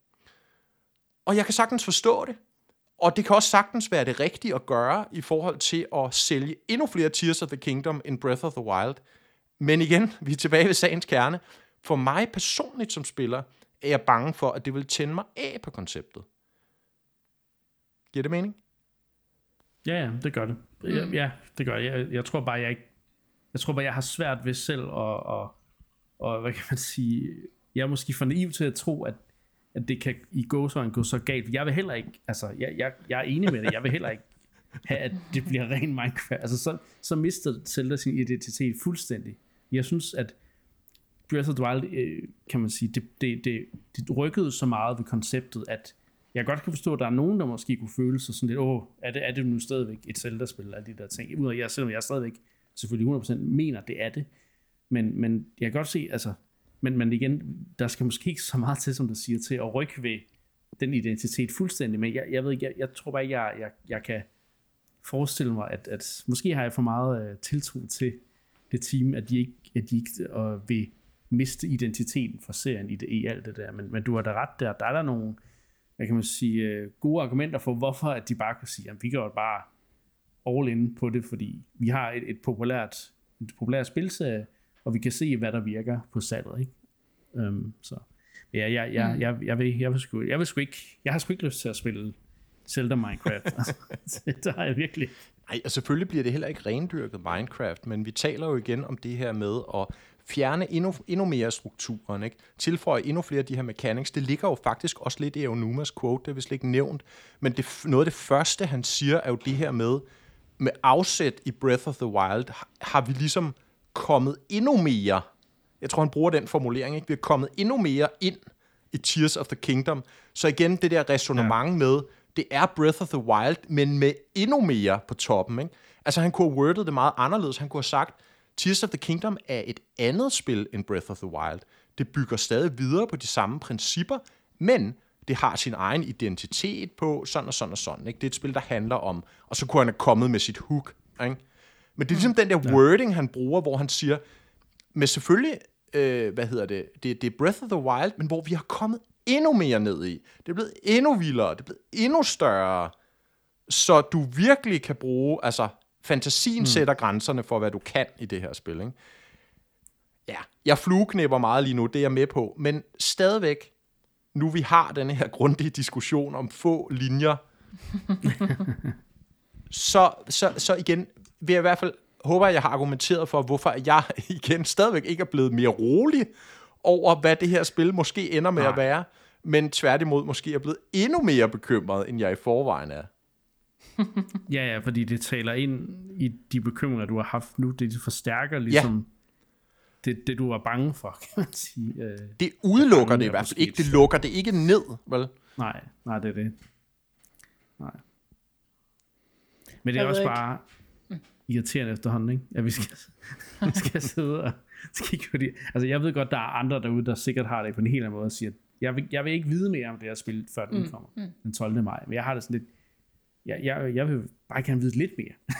Speaker 3: Og jeg kan sagtens forstå det. Og det kan også sagtens være det rigtige at gøre i forhold til at sælge endnu flere Tears of the Kingdom end Breath of the Wild. Men igen, vi er tilbage ved sagens kerne. For mig personligt som spiller, er jeg bange for, at det vil tænde mig af på konceptet. Giver det mening?
Speaker 1: Ja, ja, det gør det. Mm. Ja, det gør det. Jeg, jeg tror bare, jeg ikke... Jeg tror bare, jeg har svært ved selv at... Og, og hvad kan man sige... Jeg er måske for naiv til at tro, at at det kan i gåsøjne gå så galt. Jeg vil heller ikke, altså, jeg, jeg, jeg er enig med det, jeg vil heller ikke have, at det bliver ren Minecraft. Altså, så, så mister Zelda sin identitet fuldstændig. Jeg synes, at Breath of the Wild, øh, kan man sige, det, det, det, det rykkede så meget ved konceptet, at jeg godt kan forstå, at der er nogen, der måske kunne føle sig sådan lidt, åh, er det, er det nu stadigvæk et Zelda-spil, af de der ting. Uden at jeg, selvom jeg stadigvæk selvfølgelig hundrede procent mener, det er det. Men, men jeg kan godt se, altså, Men, men igen, der skal måske ikke så meget til, som du siger, til at rykke ved den identitet fuldstændig. Men jeg, jeg ved ikke, jeg, jeg tror bare, jeg, jeg, jeg kan forestille mig, at, at måske har jeg for meget uh, tiltro til det team, at de ikke, at de ikke uh, vil miste identiteten for serien i, det, i alt det der. Men, men du har da ret der. Der er der nogle, hvad kan man sige, uh, gode argumenter for, hvorfor at de bare kan sige, at vi gør bare all in på det, fordi vi har et, et populært, et populært spilserie, og vi kan se, hvad der virker på salget, ikke? Um, så ja, jeg, jeg, jeg, jeg, vil, jeg, vil sgu, jeg vil sgu ikke, jeg har sgu ikke lyst til at spille Zelda Minecraft. Det har jeg virkelig.
Speaker 3: Nej, og selvfølgelig bliver det heller ikke rendyrket Minecraft, men vi taler jo igen om det her med at fjerne endnu, endnu mere strukturen, ikke? Tilføje endnu flere af de her mechanics. Det ligger jo faktisk også lidt i Aonumas quote, det er vist ikke nævnt, men det, noget af det første, han siger, er jo det her med, med afsæt i Breath of the Wild, har vi ligesom kommet endnu mere, jeg tror han bruger den formulering, ikke? Vi er kommet endnu mere ind i Tears of the Kingdom. Så igen det der resonemang ja. med, det er Breath of the Wild, men med endnu mere på toppen, ikke? Altså han kunne have wordet det meget anderledes. Han kunne have sagt, Tears of the Kingdom er et andet spil end Breath of the Wild. Det bygger stadig videre på de samme principper, men det har sin egen identitet på sådan og sådan og sådan, ikke? Det er et spil, der handler om, og så kunne han have kommet med sit hook, ikke? Men det er ligesom den der ja. wording, han bruger, hvor han siger, med selvfølgelig, øh, hvad hedder det, det, det er Breath of the Wild, men hvor vi har kommet endnu mere ned i. Det er blevet endnu vildere, det er blevet endnu større, så du virkelig kan bruge, altså, fantasien mm. sætter grænserne for, hvad du kan i det her spil, ikke? Ja, jeg flueknæpper meget lige nu, det er jeg med på, men stadigvæk, nu vi har den her grundige diskussion om få linjer, så, så, så igen, vil jeg i hvert fald, håber jeg har argumenteret for, hvorfor jeg igen stadigvæk ikke er blevet mere rolig over, hvad det her spil måske ender med Nej. at være, men tværtimod måske er blevet endnu mere bekymret, end jeg i forvejen er.
Speaker 1: ja, ja, fordi det taler ind i de bekymringer, du har haft nu, det forstærker ligesom... Ja. Det, det, du var bange for, kan man sige. Øh,
Speaker 3: det udelukker det i hvert fald ikke. Det lukker det ikke ned, vel?
Speaker 1: Nej, nej, det er det. Nej. Men det er også ikke. bare irriterende efterhånden, ikke? At vi skal, vi skal sidde og kigge på det. Altså, jeg ved godt, der er andre derude, der sikkert har det på en helt anden måde og siger, jeg vil, jeg vil ikke vide mere om det her spil, før den mm, kommer. Mm. Den tolvte maj. Men jeg har det sådan lidt, jeg, jeg, jeg vil bare gerne vide lidt mere.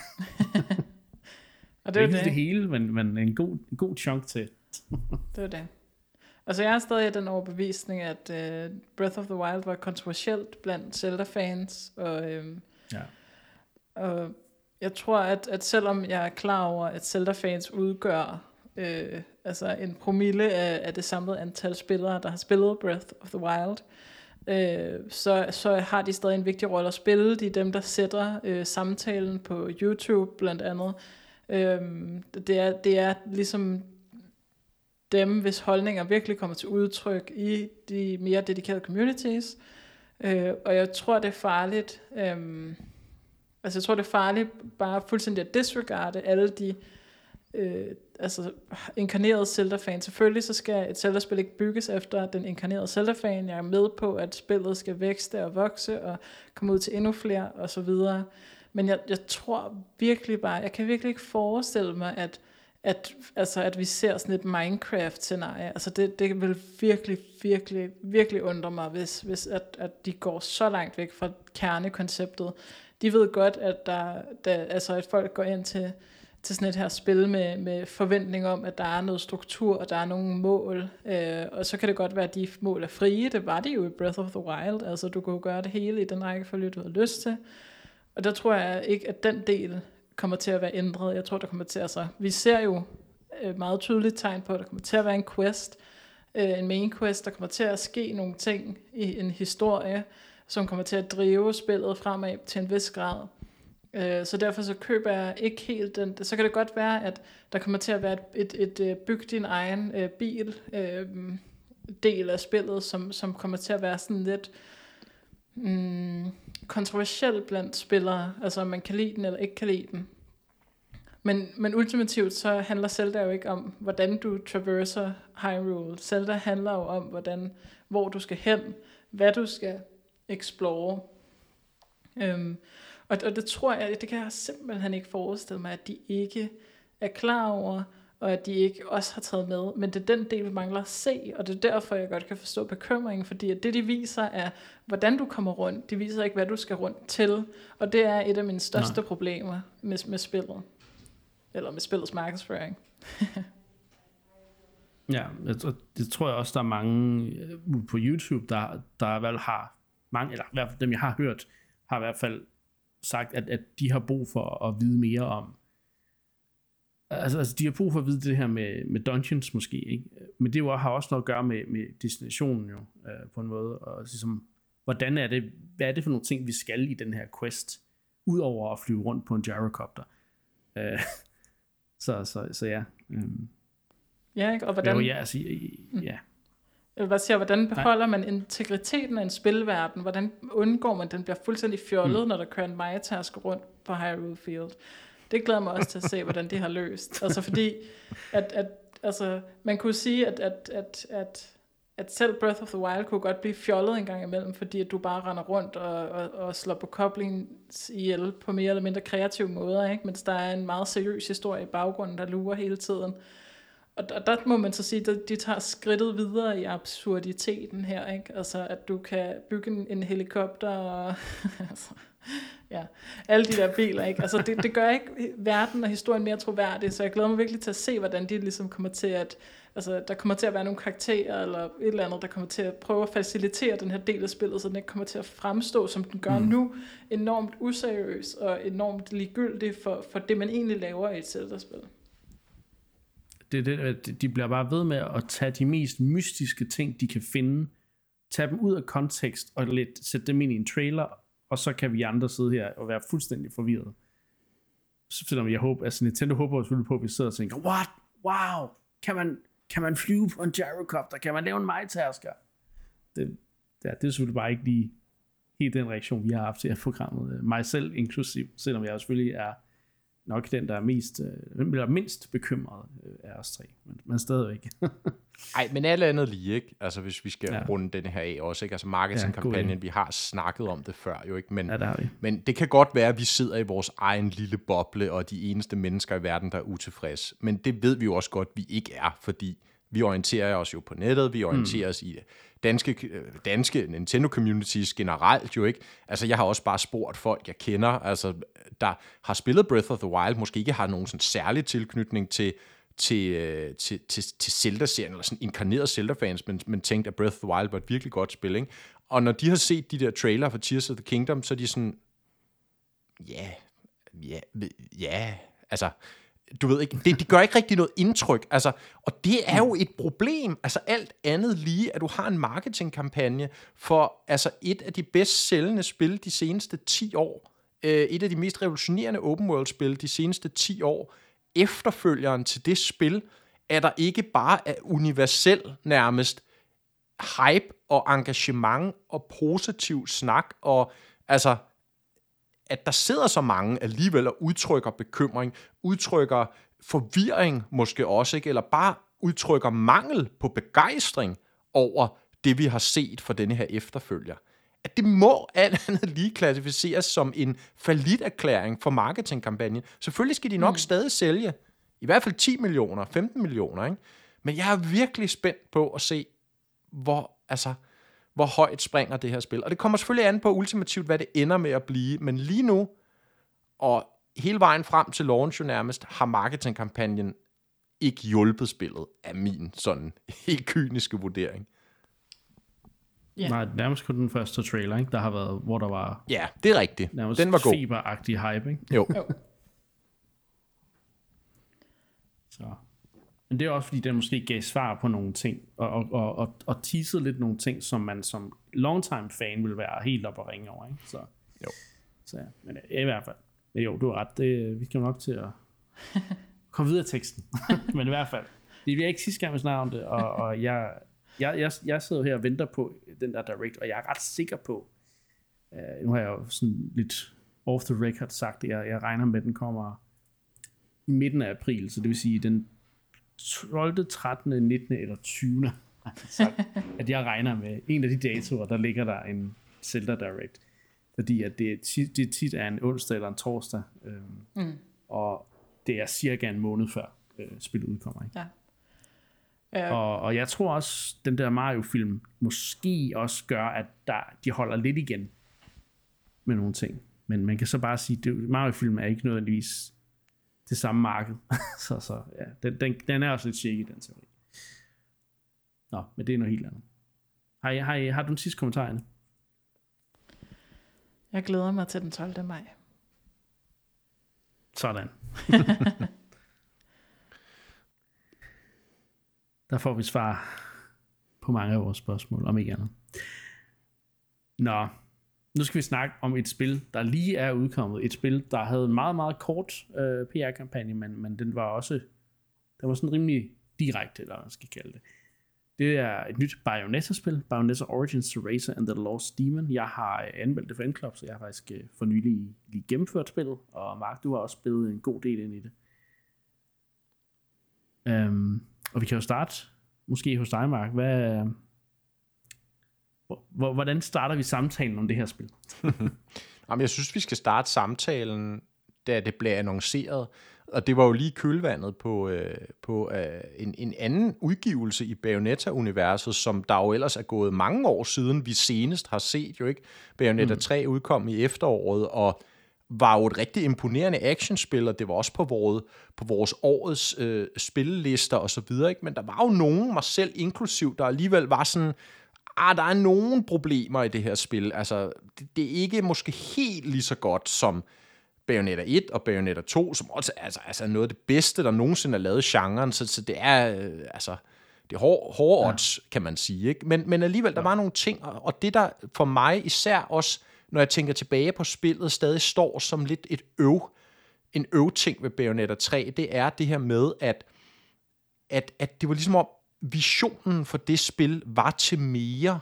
Speaker 1: Og det er ikke det. det hele, men, men en, god, en god chunk til.
Speaker 2: Det er det. Altså jeg er stadig af den overbevisning, at uh, Breath of the Wild var kontroversielt blandt Zelda-fans, og, øhm, ja. og jeg tror, at, at selvom jeg er klar over, at Zelda-fans udgør øh, altså en promille af, af det samlede antal spillere, der har spillet Breath of the Wild, øh, så, så har de stadig en vigtig rolle at spille. De er dem, der sætter øh, samtalen på YouTube blandt andet. Øhm, det, er, det er ligesom dem, hvis holdninger virkelig kommer til udtryk i de mere dedikerede communities, øh, og jeg tror det er farligt øhm, altså jeg tror det er farligt bare fuldstændig at disregarde alle de øh, altså inkarnerede Zelda-fans. Selvfølgelig så skal et Zelda-spil ikke bygges efter den inkarnerede Zelda-fan. Jeg er med på, at spillet skal vækste og vokse og komme ud til endnu flere og så videre. Men jeg, jeg tror virkelig bare, jeg kan virkelig ikke forestille mig, at, at, altså, at vi ser sådan et Minecraft-scenarie. Altså det, det vil virkelig, virkelig, virkelig undre mig, hvis, hvis at, at de går så langt væk fra kernekonceptet. De ved godt, at, der, der, altså, at folk går ind til, til sådan et her spil med, med forventning om, at der er noget struktur, og der er nogle mål. Øh, og så kan det godt være, at de mål er frie. Det var det jo i Breath of the Wild. Altså du kunne gøre det hele i den rækkefølge, du havde lyst til. Og der tror jeg ikke, at den del kommer til at være ændret. Jeg tror, der kommer til at... Altså, vi ser jo meget tydeligt tegn på, at der kommer til at være en quest, en main quest, der kommer til at ske nogle ting i en historie, som kommer til at drive spillet fremad til en vis grad. Så derfor så køber jeg ikke helt den... Så kan det godt være, at der kommer til at være et, et, et byg din egen bil del af spillet, som, som kommer til at være sådan lidt... Mm, kontroversielt blandt spillere, altså om man kan lide den eller ikke kan lide den. Men, men ultimativt så handler Zelda jo ikke om, hvordan du traverser Hyrule. Zelda handler jo om, hvordan, hvor du skal hen, hvad du skal explore. Øhm, og, og det tror jeg, det kan jeg simpelthen ikke forestille mig, at de ikke er klar over, og at de ikke også har taget med. Men det er den del, vi mangler at se, og det er derfor, jeg godt kan forstå bekymringen, fordi at det, de viser, er, hvordan du kommer rundt. De viser ikke, hvad du skal rundt til, og det er et af mine største Nej. problemer med, med spillet. Eller med spillets markedsføring.
Speaker 1: Ja, det, det tror jeg også, der er mange på YouTube, der, der i hvert fald har, mange, eller i hvert fald dem, jeg har hørt, har i hvert fald sagt, at, at de har brug for at vide mere om, Altså, altså, de har brug for at vide det her med, med dungeons måske, ikke? Men det jo har også noget at gøre med, med destinationen jo, øh, på en måde. Og ligesom, hvordan er det, hvad er det for nogle ting, vi skal i den her quest, udover at flyve rundt på en gyrocopter? Øh, så, så, så ja. Um,
Speaker 2: ja, ikke? Og hvordan...
Speaker 1: Jo, ja, altså, ja.
Speaker 2: Jeg vil bare sige, hvordan beholder man integriteten af en spilverden? Hvordan undgår man, at den bliver fuldstændig fjollet, mm. når der kører en Maja-taske rundt på Hyrule Field? Det glæder mig også til at se, hvordan de har løst. Altså fordi, at, at altså, man kunne sige, at, at, at, at, at selv Breath of the Wild kunne godt blive fjollet en gang imellem, fordi at du bare render rundt og, og, og slår på koblingen ihjel på mere eller mindre kreative måder, ikke? Mens der er en meget seriøs historie i baggrunden, der lurer hele tiden. Og der, der må man så sige, at de tager skridtet videre i absurditeten her, ikke? Altså at du kan bygge en, en helikopter og... altså, ja, alle de der biler, ikke? Altså det, det gør ikke verden og historien mere troværdig, så jeg glæder mig virkelig til at se, hvordan de ligesom kommer til at altså, der kommer til at være nogle karakterer, eller et eller andet, der kommer til at prøve at facilitere den her del af spillet, så den ikke kommer til at fremstå, som den gør mm. nu, enormt useriøs og enormt ligegyldig for, for det, man egentlig laver i et Zelda-spil.
Speaker 1: Det, det, de bliver bare ved med at tage de mest mystiske ting, de kan finde, tage dem ud af kontekst og lidt sætte dem ind i en trailer, og så kan vi andre sidde her og være fuldstændig forvirret. Selvom jeg håber, altså Nintendo håber selvfølgelig på, at vi sidder og tænker, what? Wow! Kan man, kan man flyve på en gyrocopter? Kan man lave en majtasker? Det, ja, det er selvfølgelig bare ikke lige helt den reaktion, vi har haft til programmet. Mig selv inklusiv, selvom jeg selvfølgelig er nok den, der er mest, eller mindst bekymret af os tre, men, men stadigvæk.
Speaker 3: Ej, men alt andet lige, ikke? Altså, hvis vi skal ja. runde den her af også, ikke? Altså, marketingkampagnen, ja, vi har snakket om det før, jo ikke? Men,
Speaker 1: ja, det har vi.
Speaker 3: Men det kan godt være, at vi sidder i vores egen lille boble, og de eneste mennesker i verden, der er utilfredse. Men det ved vi jo også godt, vi ikke er, fordi vi orienterer os jo på nettet, vi orienterer mm. os i danske, danske Nintendo-communities generelt jo ikke. Altså, jeg har også bare spurgt folk, jeg kender, altså, der har spillet Breath of the Wild, måske ikke har nogen sådan særlig tilknytning til til, til, til, til Zelda-serien, eller sådan inkarnerede Zelda-fans, men, men tænkte, at Breath of the Wild var et virkelig godt spil, ikke? Og når de har set de der trailer for Tears of the Kingdom, så er de sådan, ja, ja, ja, altså, du ved ikke, det, de gør ikke rigtig noget indtryk, altså, og det er jo et problem, altså alt andet lige, at du har en marketingkampagne for, altså, et af de bedst sælgende spil de seneste ti år, øh, et af de mest revolutionerende open world-spil de seneste ti år, efterfølgeren til det spil, er der ikke bare af universel nærmest hype og engagement og positiv snak, og altså, at der sidder så mange alligevel og udtrykker bekymring, udtrykker forvirring måske også, ikke? Eller bare udtrykker mangel på begejstring over det, vi har set for denne her efterfølger. At det må alt andet lige klassificeres som en falliterklæring for marketingkampagnen. Selvfølgelig skal de nok mm. stadig sælge i hvert fald ti millioner, femten millioner, ikke? Men jeg er virkelig spændt på at se, hvor, altså, hvor højt springer det her spil. Og det kommer selvfølgelig an på ultimativt, hvad det ender med at blive. Men lige nu, og hele vejen frem til launch jo nærmest, har marketingkampagnen ikke hjulpet spillet, af min sådan helt kyniske vurdering.
Speaker 1: Yeah. Nej, nærmest kun den første trailer, ikke? Der har været, hvor der var...
Speaker 3: Ja, det er rigtigt.
Speaker 1: Nærmest
Speaker 3: den var god.
Speaker 1: Feberagtig hype, ikke?
Speaker 3: Jo.
Speaker 1: Så. Men det er også, fordi den måske gav svar på nogle ting, og, og, og, og, og teasede lidt nogle ting, som man som longtime fan vil være helt op og ringe over, ikke? Så,
Speaker 3: jo.
Speaker 1: Så ja, men i hvert fald. Jo, du har ret. Det, vi skal nok til at komme videre i teksten. Men i hvert fald. Det bliver ikke sidste gang, vi snakker om det, og, og jeg... Jeg, jeg, jeg sidder her og venter på den der direct, og jeg er ret sikker på, uh, nu har jeg jo sådan lidt off the record sagt, at jeg, jeg regner med, at den kommer i midten af april, så det vil sige den tolvte, trettende, nittende eller tyvende sagt, at jeg regner med en af de datoer, der ligger der en Zelda Direct, fordi at det, tit, det tit er en onsdag eller en torsdag, øhm, mm. og det er cirka en måned før øh, spillet udkommer, ikke? Ja. Ja. Og, og jeg tror også, den der Mario-film måske også gør, at der, de holder lidt igen med nogle ting. Men man kan så bare sige, at Mario-film er ikke nødvendigvis det samme marked. så så ja, den, den, den er også lidt shaky, den teori. Nå, men det er noget helt andet. Har, I, har, I, har du en sidste kommentar, Anne?
Speaker 2: Jeg glæder mig til den tolvte maj.
Speaker 1: Sådan. Der får vi svar på mange af vores spørgsmål, om ikke andet. Nå, nu skal vi snakke om et spil, der lige er udkommet. Et spil, der havde en meget, meget kort øh, P R-kampagne, men, men den var også, den var sådan rimelig direkte, eller hvad man skal kalde det. Det er et nyt Bayonetta-spil, Bayonetta Origins Eraser and the Lost Demon. Jeg har anmeldt det for N-Club, så jeg har faktisk for nylig lige gennemført spillet, og Mark, du har også spillet en god del ind i det. Um, og vi kan jo starte, måske hos dig, Mark. Hvad, hvordan starter vi samtalen om det her spil?
Speaker 3: Jamen, jeg synes, vi skal starte samtalen, da det blev annonceret. Og det var jo lige kølvandet på, øh, på øh, en, en anden udgivelse i Bayonetta-universet, som der jo ellers er gået mange år siden, vi senest har set jo ikke. Bayonetta mm. tre udkom i efteråret, og var jo et rigtig imponerende actionspil, og det var også på vores, på vores årets øh, spillelister og så videre, ikke? Men der var jo nogen, mig selv inklusiv, der alligevel var sådan, ah, der er nogle problemer i det her spil. Altså, det, det er ikke måske helt lige så godt som Bayonetta et og Bayonetta to, som også altså, altså noget af det bedste, der nogensinde er lavet i genren, så, så det er, øh, altså, det er hårde, hårde ja. odds, kan man sige, ikke? Men, men alligevel, der ja. var nogle ting, og det der for mig især også, når jeg tænker tilbage på spillet, stadig står som lidt et øv, en øv-ting ved Bayonetta tre, det er det her med, at, at, at det var ligesom om, visionen for det spil var til mere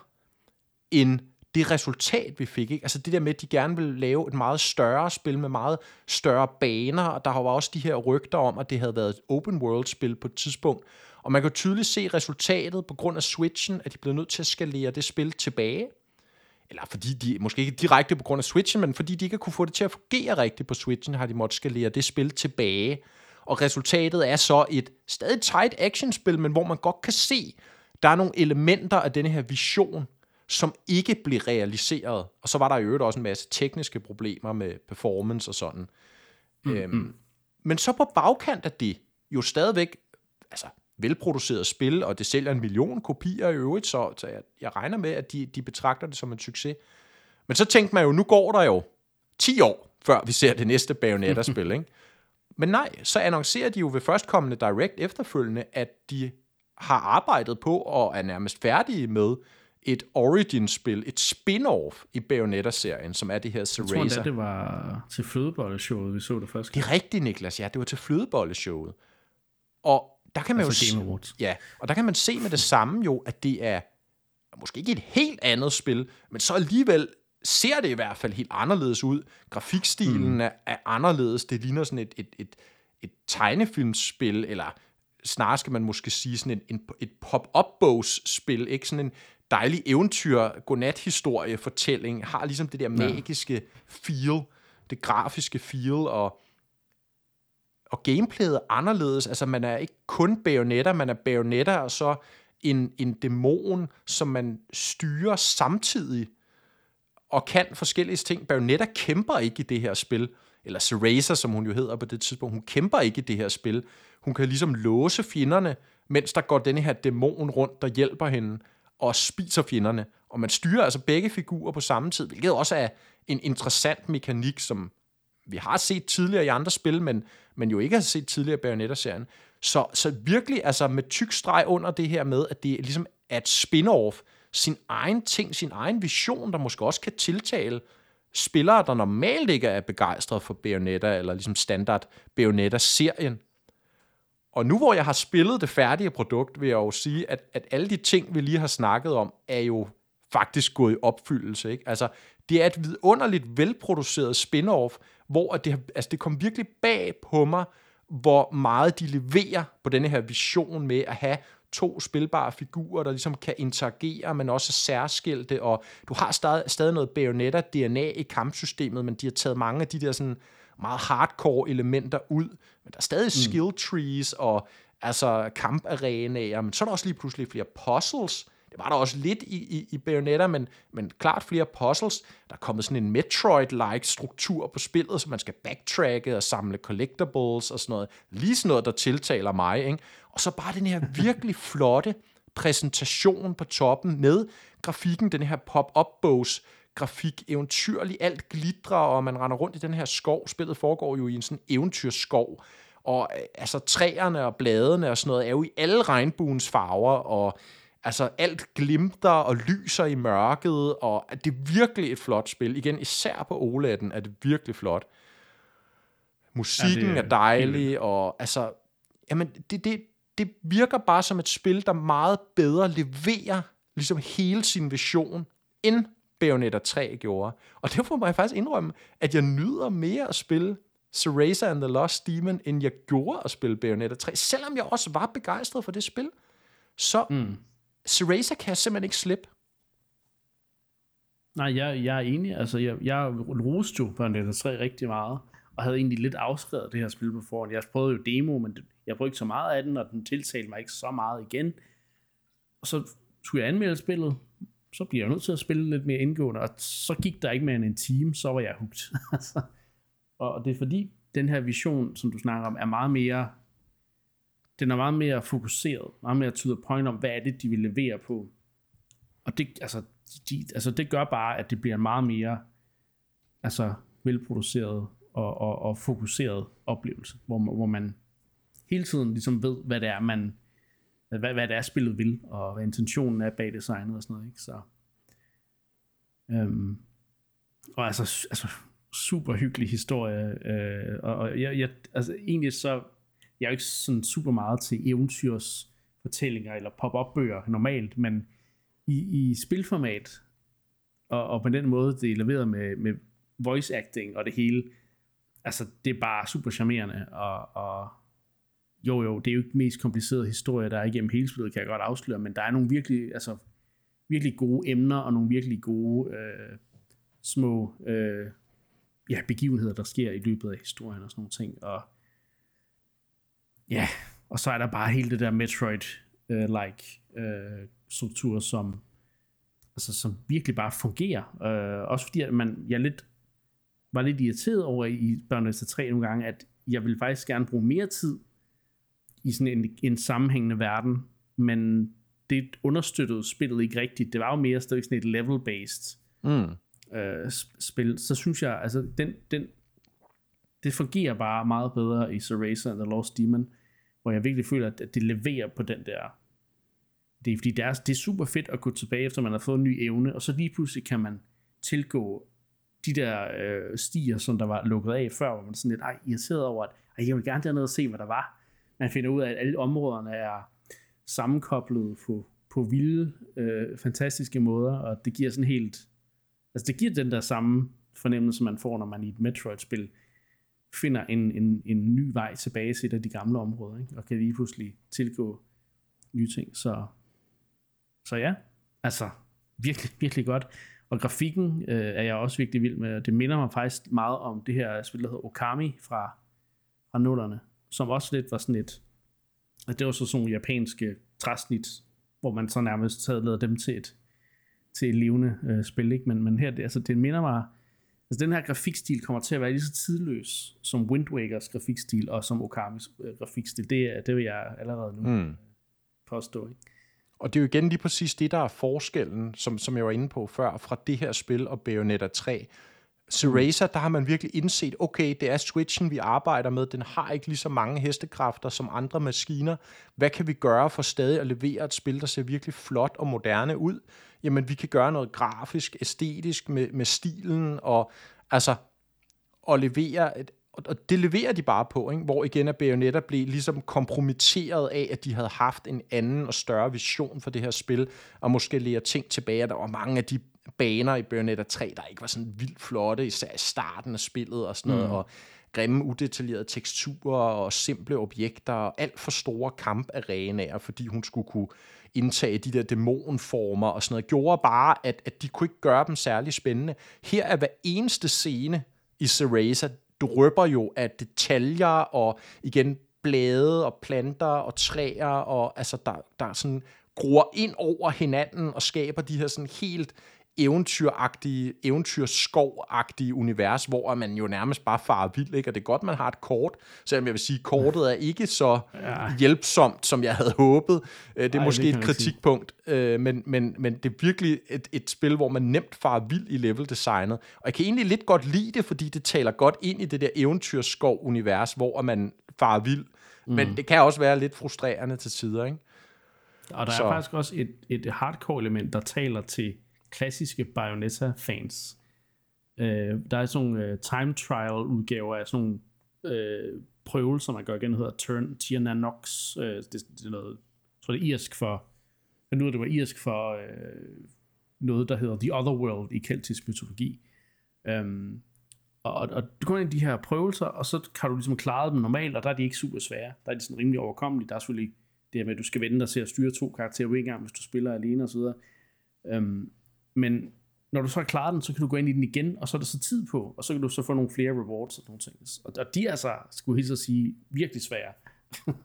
Speaker 3: end det resultat, vi fik. Ikke? Altså det der med, at de gerne ville lave et meget større spil med meget større baner, og der var også de her rygter om, at det havde været et open world-spil på et tidspunkt. Og man kan tydeligt se resultatet på grund af Switchen, at de blev nødt til at skalere det spil tilbage. Eller fordi de, måske ikke direkte på grund af Switchen, men fordi de ikke kunne få det til at fungere rigtigt på Switchen, har de måttet skalere det spil tilbage. Og resultatet er så et stadig tight actionspil, men hvor man godt kan se, der er nogle elementer af denne her vision, som ikke blev realiseret. Og så var der i øvrigt også en masse tekniske problemer med performance og sådan. Mm-hmm. Øhm, men så på bagkant af det, jo stadigvæk altså, velproduceret spil, og det sælger en million kopier i øvrigt, så, så jeg, jeg regner med, at de, de betragter det som en succes. Men så tænkte man jo, nu går der jo ti år, før vi ser det næste Bayonetta-spil, ikke? Men nej, så annoncerer de jo ved førstkommende Direct efterfølgende, at de har arbejdet på og er nærmest færdige med et Origin-spil, et spin-off i Bayonetta-serien, som er det her Cereza.
Speaker 1: Jeg tror, det var til flødebolleshowet, vi så det først.
Speaker 3: Det er rigtigt, Niklas. Ja, det var til flødebolleshowet. Og der kan man
Speaker 1: altså
Speaker 3: jo se, ja, og der kan man se med det samme jo, at det er måske ikke et helt andet spil, men så alligevel ser det i hvert fald helt anderledes ud. Grafikstilen mm. er, er anderledes. Det ligner sådan et, et, et, et tegnefilmsspil, eller snarere skal man måske sige sådan en, en, et pop-up-bogs-spil, ikke sådan en dejlig eventyr, godnat-historie, fortælling, har ligesom det der magiske ja. feel, det grafiske feel, og, og gameplayet er anderledes. Altså, man er ikke kun Bayonetta, man er Bayonetta, og så en, en dæmon, som man styrer samtidig, og kan forskellige ting. Bayonetta kæmper ikke i det her spil, eller Cereza, som hun jo hedder på det tidspunkt, hun kæmper ikke i det her spil. Hun kan ligesom låse fjenderne, mens der går denne her dæmon rundt, der hjælper hende, og spiser fjenderne. Og man styrer altså begge figurer på samme tid, hvilket også er en interessant mekanik, som vi har set tidligere i andre spil, men, men jo ikke har set tidligere i Bayonetta-serien. Så, så virkelig altså med tyk streg under det her med, at det ligesom er et spin-off, sin egen ting, sin egen vision, der måske også kan tiltale spillere, der normalt ikke er begejstrede for Bayonetta, eller ligesom standard Bayonetta-serien. Og nu hvor jeg har spillet det færdige produkt, vil jeg jo sige, at, at alle de ting, vi lige har snakket om, er jo faktisk gået i opfyldelse. Ikke? Altså, det er et vidunderligt velproduceret spin-off, hvor det, altså, det kom virkelig bag på mig, hvor meget de leverer på denne her vision med at have to spilbare figurer, der ligesom kan interagere, men også særskilte, og du har stadig, stadig noget Bayonetta-D N A i kampsystemet, men de har taget mange af de der sådan meget hardcore elementer ud, men der er stadig mm. skill trees og altså kamparenaer, men så er der også lige pludselig flere puzzles. Det var der også lidt i, i, i Bayonetta, men, men klart flere puzzles. Der er kommet sådan en Metroid-like struktur på spillet, så man skal backtracke og samle collectibles og sådan noget. Lige sådan noget, der tiltaler mig, ikke? Og så bare den her virkelig flotte præsentation på toppen med grafikken, den her pop-up-bogs grafik, eventyrlig, alt glitrer, og man render rundt i den her skov. Spillet foregår jo i en sådan eventyrskov, og altså træerne og bladene og sådan noget er jo i alle regnbuens farver, og altså alt glimter og lyser i mørket, og det er virkelig et flot spil. Igen, især på O L E D'en er det virkelig flot. Musikken ja, er, er dejlig, helt... og altså, jamen, det, det, det virker bare som et spil, der meget bedre leverer ligesom hele sin vision, end Bayonetta tre gjorde. Og derfor må jeg faktisk indrømme, at jeg nyder mere at spille Cereza and the Lost Demon, end jeg gjorde at spille Bayonetta tre, selvom jeg også var begejstret for det spil. Så mm. Cereza kan jeg simpelthen ikke slippe.
Speaker 1: Nej, jeg, jeg er enig. Altså, jeg, jeg roste jo Bayonetta tre rigtig meget, og havde egentlig lidt afskrevet det her spil på forhånd. Jeg prøvede jo demo, men jeg brugte ikke så meget af den, og den tiltalte mig ikke så meget igen. Og så skulle jeg anmelde spillet, så bliver jeg nødt til at spille lidt mere indgående, og så gik der ikke mere end en time, så var jeg hooked. Og, og det er fordi, den her vision, som du snakker om, er meget mere, den er meget mere fokuseret, meget mere to the point om, hvad er det, de vil levere på. Og det, altså, de, altså, det gør bare, at det bliver en meget mere altså, velproduceret og, og, og fokuseret oplevelse, hvor, hvor man hele tiden ligesom ved, hvad det er, man, hvad, hvad det er, spillet vil, og hvad intentionen er bag designet og sådan noget, ikke? Så, øhm, og altså, altså super hyggelig historie, øh, og, og jeg, jeg, altså egentlig så, jeg er jo ikke sådan super meget til eventyrs fortællinger eller pop-up bøger normalt, men i, i spilformat, og, og på den måde, det er leveret med, med voice acting og det hele, altså det er bare super charmerende, og, og jo jo, det er jo ikke den mest komplicerede historie, der er igennem hele spillet, kan jeg godt afsløre, men der er nogle virkelig, altså virkelig gode emner, og nogle virkelig gode øh, små øh, ja, begivenheder, der sker i løbet af historien og sådan nogle ting, og ja, og så er der bare hele det der Metroid-like øh, struktur, som altså, som virkelig bare fungerer, øh, også fordi at man, jeg lidt var lidt irriteret over i Bayonetta tre nogle gange, at jeg ville faktisk gerne bruge mere tid i sådan en, en sammenhængende verden, men det understøttede spillet ikke rigtigt. Det var jo mere stadig sådan et level-based mm. øh, spil. Så synes jeg, altså den, den, det fungerer bare meget bedre i Cereza and the Lost Demon, hvor jeg virkelig føler, at det leverer på den der. Det er fordi, det er, det er super fedt at gå tilbage, efter man har fået en ny evne, og så lige pludselig kan man tilgå de der øh, stier, som der var lukket af før, hvor man sådan lidt ej, irriteret over, at ej, jeg vil gerne dernede og se, hvad der var. Man finder ud af, at alle områderne er sammenkoblet på, på vilde, øh, fantastiske måder, og det giver sådan helt, altså det giver den der samme fornemmelse, man får, når man i et Metroid-spil finder en, en, en ny vej tilbage til et af de gamle områder, ikke? Og kan lige pludselig tilgå nye ting. Så, så ja, altså virkelig, virkelig godt. Og grafikken øh, er jeg også virkelig vild med. Det minder mig faktisk meget om det her spil, der hedder Okami fra, fra nullerne, som også lidt var sådan et, at det var så sådan nogle japanske træsnit, hvor man så nærmest havde lavet dem til et, til et levende øh, spil, ikke? Men, men her, det, altså, det minder mig, altså den her grafikstil kommer til at være lige så tidløs som Wind Wakers grafikstil og som Okamis øh, grafikstil. Det, det vil jeg allerede nu mm. påstå, ikke?
Speaker 3: Og det er jo igen lige præcis det, der er forskellen, som, som jeg var inde på før, fra det her spil og Bayonetta tre. Cereza, der har man virkelig indset, okay, det er Switchen, vi arbejder med, den har ikke lige så mange hestekræfter som andre maskiner. Hvad kan vi gøre for stadig at levere et spil, der ser virkelig flot og moderne ud? Jamen, vi kan gøre noget grafisk, æstetisk med, med stilen, og altså, og levere et og det leverer de bare på, ikke? Hvor igen at Bayonetta blev ligesom kompromitteret af, at de havde haft en anden og større vision for det her spil, og måske lære ting tilbage. Der var mange af de baner i Bayonetta tre, der ikke var sådan vildt flotte, især i starten af spillet og sådan noget, mm. og grimme, udetaljerede teksturer og simple objekter, og alt for store kamparenaer, fordi hun skulle kunne indtage de der dæmonformer og sådan noget, gjorde bare, at, at de kunne ikke gøre dem særlig spændende. Her er hver eneste scene i Cereza, drøber jo af detaljer og igen blade og planter og træer, og altså der, der sådan gror ind over hinanden og skaber de her sådan helt eventyragtige, eventyrskovagtige univers, hvor man jo nærmest bare farer vild, ikke? Og det er godt, man har et kort, selvom jeg vil sige, kortet er ikke så ja. hjælpsomt, som jeg havde håbet. Det er Ej, måske det et kritikpunkt, men, men, men det er virkelig et, et spil, hvor man nemt farer vild i leveldesignet. Og jeg kan egentlig lidt godt lide det, fordi det taler godt ind i det der eventyrskov-univers, hvor man farer vild. Mm. Men det kan også være lidt frustrerende til tider, ikke?
Speaker 1: Og der så. er faktisk også et, et hardcore-element, der taler til klassiske Bayonetta-fans. Øh, der er sådan nogle uh, time trial-udgaver af sådan nogle uh, prøvelser, man gør igen, der hedder Turn Tirna Nox. Uh, det, det er noget, jeg tror det er irsk for, jeg nu det var irsk for uh, noget, der hedder The Otherworld i keltisk mytologi. Um, og, og du går ind i de her prøvelser, og så kan du ligesom klare dem normalt, og der er de ikke super svære. Der er de sådan rimelig overkommelige. Der er selvfølgelig det her med, at du skal vende dig til at styre to karakterer på en gang, hvis du spiller alene og så videre. Um, men når du så har klaret den, så kan du gå ind i den igen, og så er der så tid på, og så kan du så få nogle flere rewards og nogle ting. Og de er altså, skulle jeg hilse at sige, virkelig svære.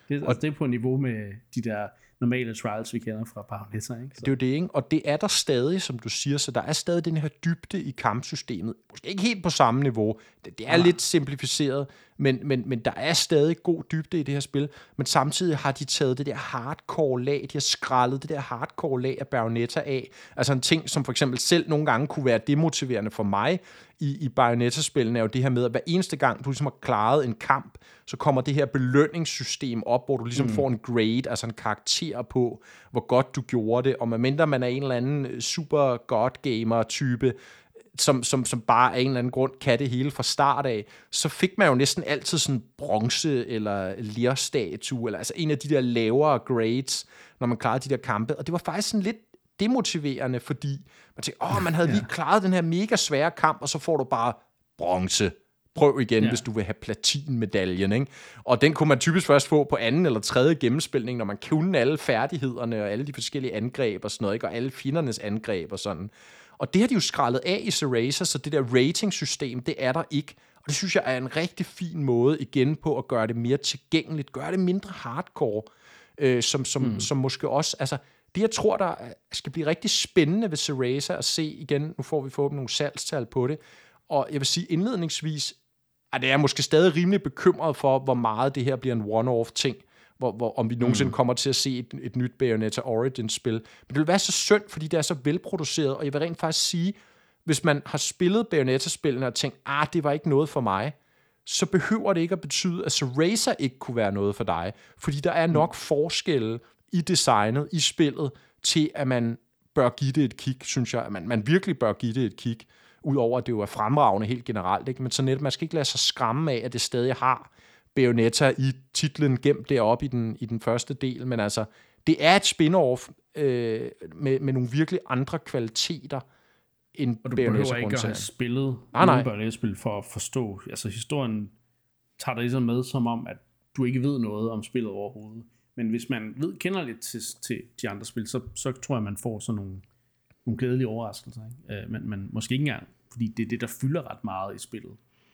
Speaker 1: Det, altså, det er på niveau med de der normale trials, vi kender fra Bayonetta, ikke? Så.
Speaker 3: Det er jo det, ikke? Og det er der stadig, som du siger, så der er stadig den her dybde i kampsystemet. Måske ikke helt på samme niveau. Det, det er ja. lidt simplificeret, men, men, men der er stadig god dybde i det her spil. Men samtidig har de taget det der hardcore lag, de har skrællet det der hardcore lag af Bayonetta af. Altså en ting, som for eksempel selv nogle gange kunne være demotiverende for mig i, i Bayonetta-spillene, er jo det her med, at hver eneste gang, du ligesom har klaret en kamp, så kommer det her belønningssystem op, hvor du ligesom mm. får en grade, altså en karakter på, hvor godt du gjorde det, og medmindre man er en eller anden super god gamer-type, som, som, som bare af en eller anden grund kan det hele fra start af, så fik man jo næsten altid sådan bronze eller lerstatue, eller altså en af de der lavere grades, når man klarede de der kampe, og det var faktisk sådan lidt demotiverende, fordi man tænkte, åh, man havde lige klaret den her mega svære kamp, og så får du bare bronze. Prøv igen, ja. hvis du vil have platinmedaljen, ikke? Og den kunne man typisk først få på anden eller tredje gennemspilning, når man kunne alle færdighederne og alle de forskellige angreb og sådan noget, ikke? Og alle fjendernes angreb og sådan. Og det har de jo skrællet af i Cereza, så det der rating-system, det er der ikke. Og det synes jeg er en rigtig fin måde igen på at gøre det mere tilgængeligt, gøre det mindre hardcore, øh, som, som, mm. som måske også, altså det jeg tror, der skal blive rigtig spændende ved Cereza at se igen, nu får vi forhåbentlig nogle salgstal på det, og jeg vil sige indledningsvis, at det er måske stadig rimelig bekymret for, hvor meget det her bliver en one-off ting, hvor, hvor, om vi nogensinde mm. kommer til at se et, et nyt Bayonetta Origins-spil. Men det vil være så synd, fordi det er så velproduceret, og jeg vil rent faktisk sige, hvis man har spillet Bayonetta-spillene og tænkt, ah, det var ikke noget for mig, så behøver det ikke at betyde, at Cereza ikke kunne være noget for dig, fordi der er nok mm. forskelle i designet, i spillet, til at man bør give det et kig, synes jeg, at man, man virkelig bør give det et kig, udover at det jo er fremragende helt generelt, ikke? Men så netop, man skal ikke lade sig skræmme af, at det stadig har Bayonetta i titlen gemt deroppe i den, i den første del, men altså, det er et spin-off øh, med, med nogle virkelig andre kvaliteter end
Speaker 1: og du
Speaker 3: Bayonetta
Speaker 1: behøver ikke at have spillet
Speaker 3: ah, nej.
Speaker 1: Bayonetta-spil for at forstå, altså historien tager dig ligesom med som om, at du ikke ved noget om spillet overhovedet, men hvis man ved, kender lidt til, til de andre spil, så, så tror jeg, man får sådan nogle nogle glædelige overraskelser, ikke? Øh, men, men måske ikke engang, fordi det er det, der fylder ret meget i spillet.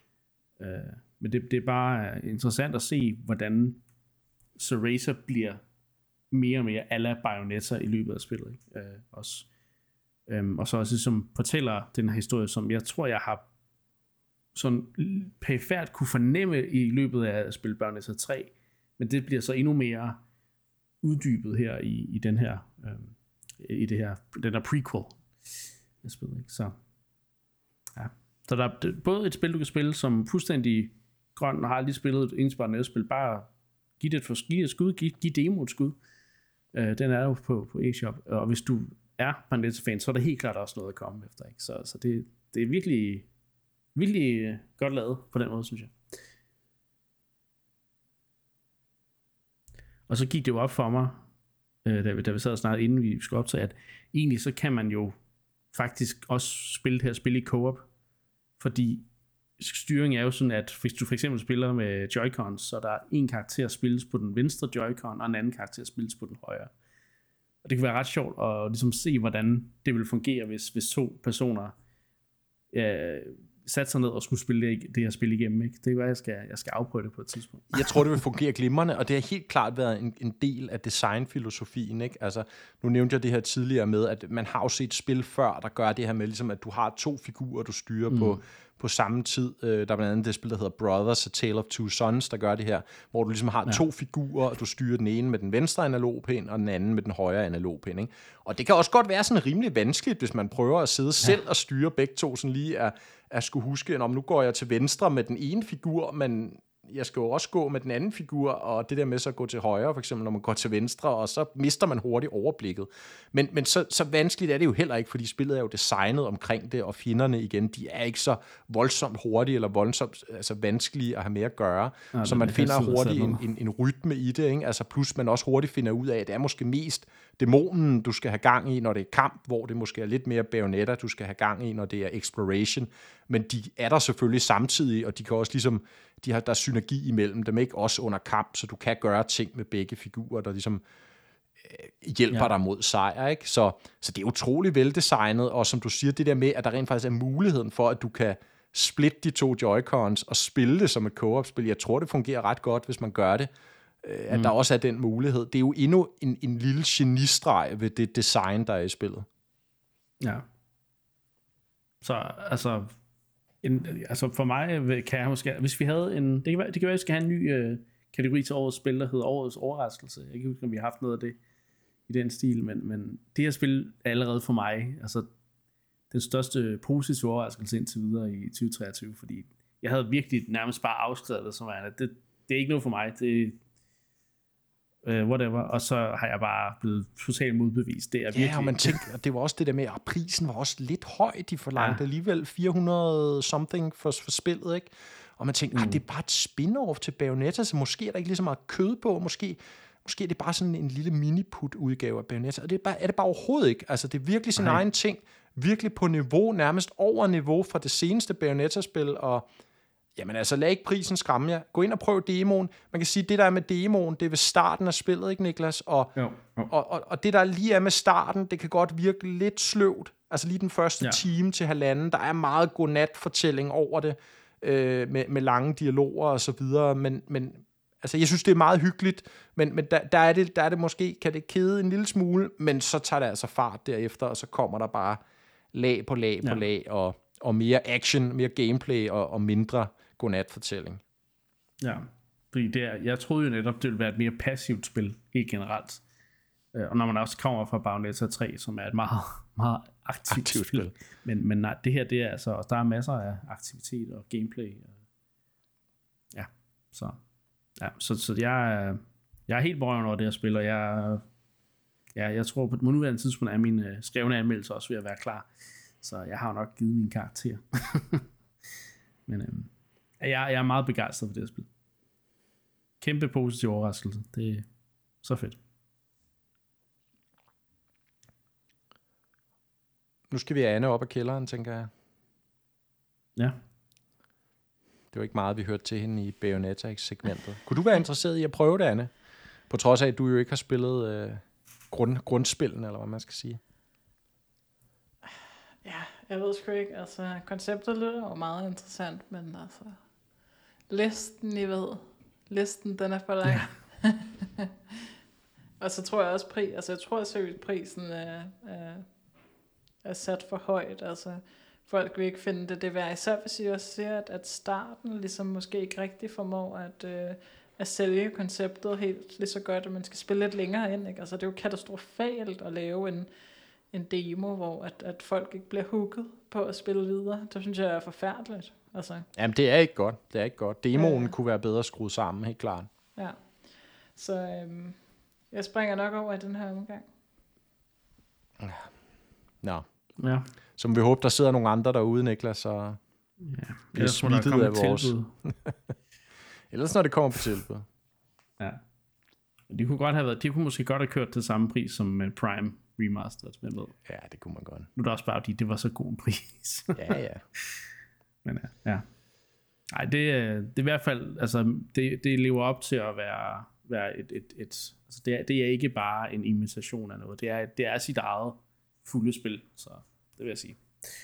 Speaker 1: Øh, men det, det er bare interessant at se, hvordan Cereza bliver mere og mere a la Bayonetta i løbet af spillet, ikke? Øh, også. Øhm, og så også som fortæller den her historie, som jeg tror, jeg har sådan perifært kunne fornemme i løbet af at spille Bayonetta tre, men det bliver så endnu mere uddybet her i, i den her øhm, i det her, den der prequel jeg spiller, ikke? Så ja, så der er både et spil du kan spille som fuldstændig grøn og har aldrig spillet et indsparende spil, bare giv det et, for, giv et skud, giv, giv demo et skud. Uh, den er jo på, på eShop, og hvis du er Bayonetta-fan, så er der helt klart også noget at komme efter, ikke? Så, så det, det er virkelig virkelig godt lavet på den måde, synes jeg. Og så gik det jo op for mig, Da vi, da vi sad og snakkede, inden vi skulle optage, at egentlig så kan man jo faktisk også spille det her spil i co-op, fordi styringen er jo sådan, at hvis du for eksempel spiller med Joy-Cons, så der er en karakter spilles på den venstre Joy-Con, og en anden karakter spilles på den højre. Og det kan være ret sjovt at ligesom se, hvordan det vil fungere, hvis, hvis to personer øh, satte sig ned og skulle spille det, det her spil igennem, ikke? Det kan være, jeg skal, jeg skal afprøve det på et tidspunkt.
Speaker 3: Jeg tror, det vil fungere glimrende, og det har helt klart været en, en del af designfilosofien, ikke? Altså, nu nævnte jeg det her tidligere med, at man har jo set spil før, der gør det her med, ligesom, at du har to figurer, du styrer mm. på, på samme tid. Der er blandt andet det spil, der hedder Brothers, A Tale of Two Sons, der gør det her, hvor du ligesom har ja. to figurer, og du styrer den ene med den venstre analogpind, og den anden med den højre analogpind, ikke? Og det kan også godt være sådan rimelig vanskeligt, hvis man prøver at sidde ja. selv og styre begge to, sådan lige at, at skulle huske, at nu går jeg til venstre med den ene figur, men jeg skal jo også gå med den anden figur, og det der med så at gå til højre, for eksempel når man går til venstre, og så mister man hurtigt overblikket. Men, men så, så vanskeligt er det jo heller ikke, fordi spillet er jo designet omkring det, og fjenderne igen, de er ikke så voldsomt hurtige, eller voldsomt altså vanskelige at have med at gøre, ja, så man finder hurtigt en, en, en rytme i det, ikke? Altså plus man også hurtigt finder ud af, at det er måske mest dæmonen, du skal have gang i, når det er kamp, hvor det måske er lidt mere Bayonetta, du skal have gang i, når det er exploration, men de er der selvfølgelig samtidig, og de kan også ligesom, de har, der er synergi imellem dem, ikke? Også under kamp, så du kan gøre ting med begge figurer, der ligesom øh, hjælper ja. dig mod sejr, ikke? Så, så det er utrolig veldesignet, og som du siger, det der med, at der rent faktisk er muligheden for, at du kan splitte de to Joy-Cons og spille det som et co-op-spil. Jeg tror, det fungerer ret godt, hvis man gør det. at mm. der også er den mulighed. Det er jo endnu en, en lille genistreg ved det design, der er i spillet.
Speaker 1: Ja. Så altså, en, altså for mig kan jeg måske, hvis vi havde en, det kan være, det kan være at vi skal have en ny øh, kategori til årets spil, der hedder årets overraskelse. Jeg kan ikke huske, om vi har haft noget af det i den stil, men, men det her spil er allerede for mig, altså den største positive overraskelse indtil videre i tyve treogtyve, fordi jeg havde virkelig nærmest bare afskrevet det, som er, det, det er ikke noget for mig, det uh, whatever, og så har jeg bare blevet totalt modbevist. Det er virkelig...
Speaker 3: Ja, og man tænkte, det var også det der med, at prisen var også lidt høj, de forlangte ja. alligevel fire hundrede something for, for spillet, ikke? Og man tænkte, mm. det er bare et spin-off til Bayonetta, så måske er der ikke lige så meget kød på, måske, måske er det bare sådan en lille mini-put-udgave af Bayonetta, og det er, bare, er det bare overhovedet ikke. Altså, det er virkelig sin Nej. egen ting, virkelig på niveau, nærmest over niveau fra det seneste Bayonetta-spil, og jamen altså, lad ikke prisen skræmme jer. Gå ind og prøv demoen. Man kan sige, det der er med demoen, det er ved starten af spillet, ikke Niklas? Og,
Speaker 1: jo, jo.
Speaker 3: og, og, og det der lige er med starten, det kan godt virke lidt sløvt. Altså lige den første ja. time til halvanden, der er meget godnat-fortælling over det, øh, med, med lange dialoger og så videre, men, men altså, jeg synes, det er meget hyggeligt, men, men der, der, er det, der er det måske, kan det kede en lille smule, men så tager det altså fart derefter, og så kommer der bare lag på lag på ja. lag, og, og mere action, mere gameplay, og, og mindre godnatfortælling.
Speaker 1: Ja, fordi det er, jeg troede jo netop, det ville være et mere passivt spil, helt generelt. Og når man også kommer fra Bayonetta tre, som er et meget, meget aktivt, aktivt spil. spil. Men, men nej, det her, det er altså, der er masser af aktivitet og gameplay. Og ja, så, ja, så, så jeg, er, jeg er helt berøven over det her spil, og jeg, ja, jeg tror på nuværende tidspunkt er min uh, skrevne anmeldelse også ved at være klar. Så jeg har nok givet min karakter. Men øhm, jeg, jeg er meget begejstret for det her spil. Kæmpe positiv overraskelse. Det er så fedt.
Speaker 3: Nu skal vi have Anne op af kælderen, tænker jeg.
Speaker 1: Ja.
Speaker 3: Det var ikke meget, vi hørte til hende i Bayonetta-segmentet. Kunne du være interesseret i at prøve det, Anne? På trods af, at du jo ikke har spillet øh, grund, grundspillene, eller hvad man skal sige.
Speaker 2: Ja, jeg ved sgu ikke. Altså, konceptet lyder jo meget interessant, men altså... Listen, I ved. Listen, den er for lang. Ja. Og så tror jeg også, pris, altså jeg tror seriøst, prisen er, er, er sat for højt. Altså, folk vil ikke finde det det værd. Især hvis I også ser, at, at starten ligesom måske ikke rigtig formår at, øh, at sælge konceptet helt lige så godt, at man skal spille lidt længere ind. Ikke? Altså, det er jo katastrofalt at lave en, en demo, hvor at, at folk ikke bliver hooket på at spille videre. Det synes jeg er forfærdeligt. Altså.
Speaker 3: Jamen, det er ikke godt. Det er ikke godt. Demoen ja. kunne være bedre skruet sammen, helt klart.
Speaker 2: Ja. Så øhm, jeg springer nok over i den her omgang.
Speaker 3: Ja. Nå.
Speaker 1: Ja.
Speaker 3: Som vi håber, der sidder nogle andre derude, Niklas, og
Speaker 1: ja.
Speaker 3: bliver smittet af vores. Ellers når det kommer på tilbud.
Speaker 1: Ja. De kunne godt have været, de kunne måske godt have kørt til samme pris som Prime Remastered. Men
Speaker 3: ja, det kunne man godt.
Speaker 1: Nu er det også bare, fordi det var så god en pris.
Speaker 3: ja, ja.
Speaker 1: Men ja. ja. Nej, det, det er i hvert fald, altså, det, det lever op til at være, være et, et, et altså det, er, det er ikke bare en imitation af noget, det er, det er sit eget fulde spil, så det vil jeg sige.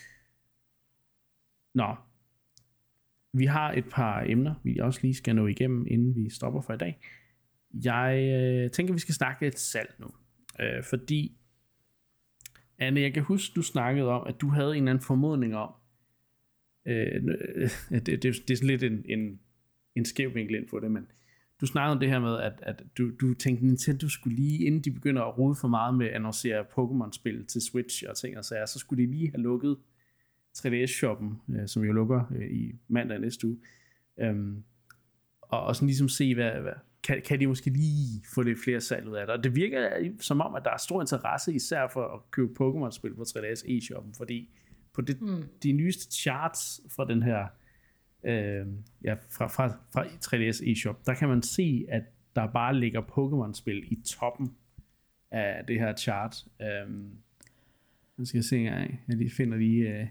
Speaker 1: Nå, vi har et par emner, vi også lige skal nå igennem, inden vi stopper for i dag. Jeg øh, tænker, vi skal snakke et salg nu, øh, fordi, Anne, jeg kan huske, du snakkede om, at du havde en eller anden formodning om, Øh, det, det, det er sådan lidt en, en, en skæv vinkel ind på det, men du snakkede om det her med, at, at du, du tænkte, Nintendo skulle lige, inden de begynder at rode for meget med at annoncere Pokémon-spil til Switch og ting og sager, så skulle de lige have lukket tre D S-shoppen, øh, som jo lukker øh, i mandag næste uge, øhm, og, og sådan ligesom se, hvad, hvad kan, kan de måske lige få lidt flere salg ud af det, og det virker som om, at der er stor interesse, især for at købe Pokémon-spil på tre D S e-shoppen, fordi på det, mm. de nyeste charts fra den her øh, ja, fra, fra, fra tre D S eShop, der kan man se, at der bare ligger Pokémon-spil i toppen af det her chart. Øh, nu skal jeg se engang, jeg lige finder lige øh,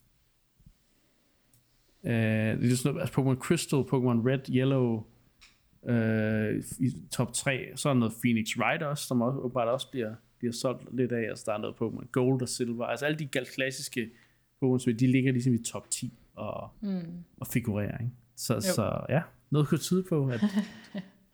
Speaker 1: øh, det er sådan noget, altså Pokémon Crystal, Pokémon Red, Yellow øh, i top tre, så er der noget Phoenix Wright også, som også, åbenbart også bliver, bliver solgt lidt af, altså der er noget Pokémon Gold og Silver, altså alle de klassiske Pokémon-spil, de ligger ligesom i top ti og, mm. og figurerer, ikke? Så, så ja, noget kunne tyde på, at
Speaker 2: det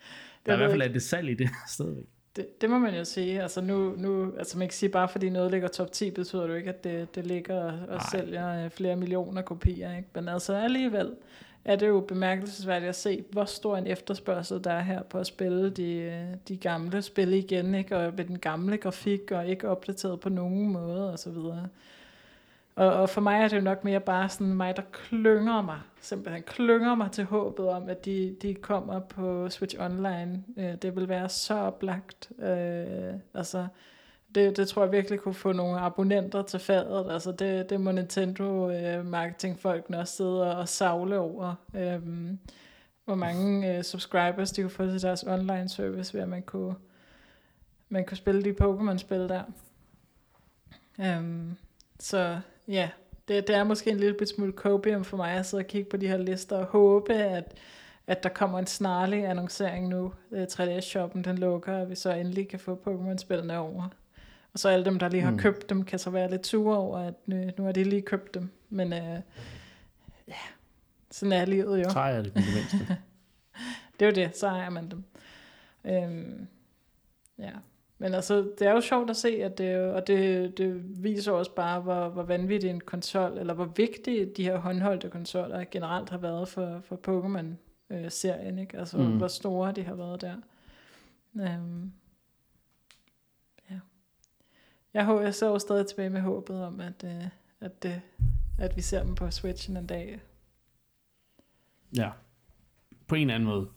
Speaker 1: Der er i hvert fald det salg i det stadigvæk.
Speaker 2: Det, det må man jo sige. Altså nu, nu, altså man kan sige, bare fordi noget ligger top ti, betyder det jo ikke, at det, det ligger og, og sælger flere millioner kopier. Ikke? Men altså alligevel er det jo bemærkelsesværdigt at se, hvor stor en efterspørgsel der er her på at spille de, de gamle spil igen, ikke? Og med den gamle grafik, og ikke opdateret på nogen måde, og så videre. Og, og for mig er det jo nok mere bare sådan mig, der klynger mig, simpelthen klynger mig til håbet om, at de, de kommer på Switch Online. Øh, det vil være så oplagt. Øh, altså, det, det tror jeg virkelig kunne få nogle abonnenter til fadet. Altså, det, det må Nintendo øh, marketingfolkene også sidde og savle over. Øh, hvor mange øh, subscribers de kunne få til deres online service, ved at man kunne, man kunne spille de Pokémon-spil der. Øh, så... Ja, det, det er måske en lille smule copium for mig at sidde og kigge på de her lister og håbe, at, at der kommer en snarlig annoncering nu. tre D S-shoppen, den lukker, og vi så endelig kan få Pokémon-spillene over. Og så alle dem, der lige har mm. købt dem, kan så være lidt sure over, at nu, nu har de lige købt dem. Men øh, ja, sådan er livet jo.
Speaker 1: Så ejer det, det mindste.
Speaker 2: Det er jo det, så ejer man dem. Øhm, ja. Men altså, det er jo sjovt at se, at det, og det, det viser også bare, hvor, hvor vanvittig en konsol, eller hvor vigtige de her håndholdte konsoller generelt har været for, for Pokémon-serien, ikke? Altså, mm. hvor store de har været der. Um, ja. Jeg, håber, jeg så stadig tilbage med håbet om, at, uh, at, det, at vi ser dem på Switchen en dag.
Speaker 1: Ja, på en eller anden måde.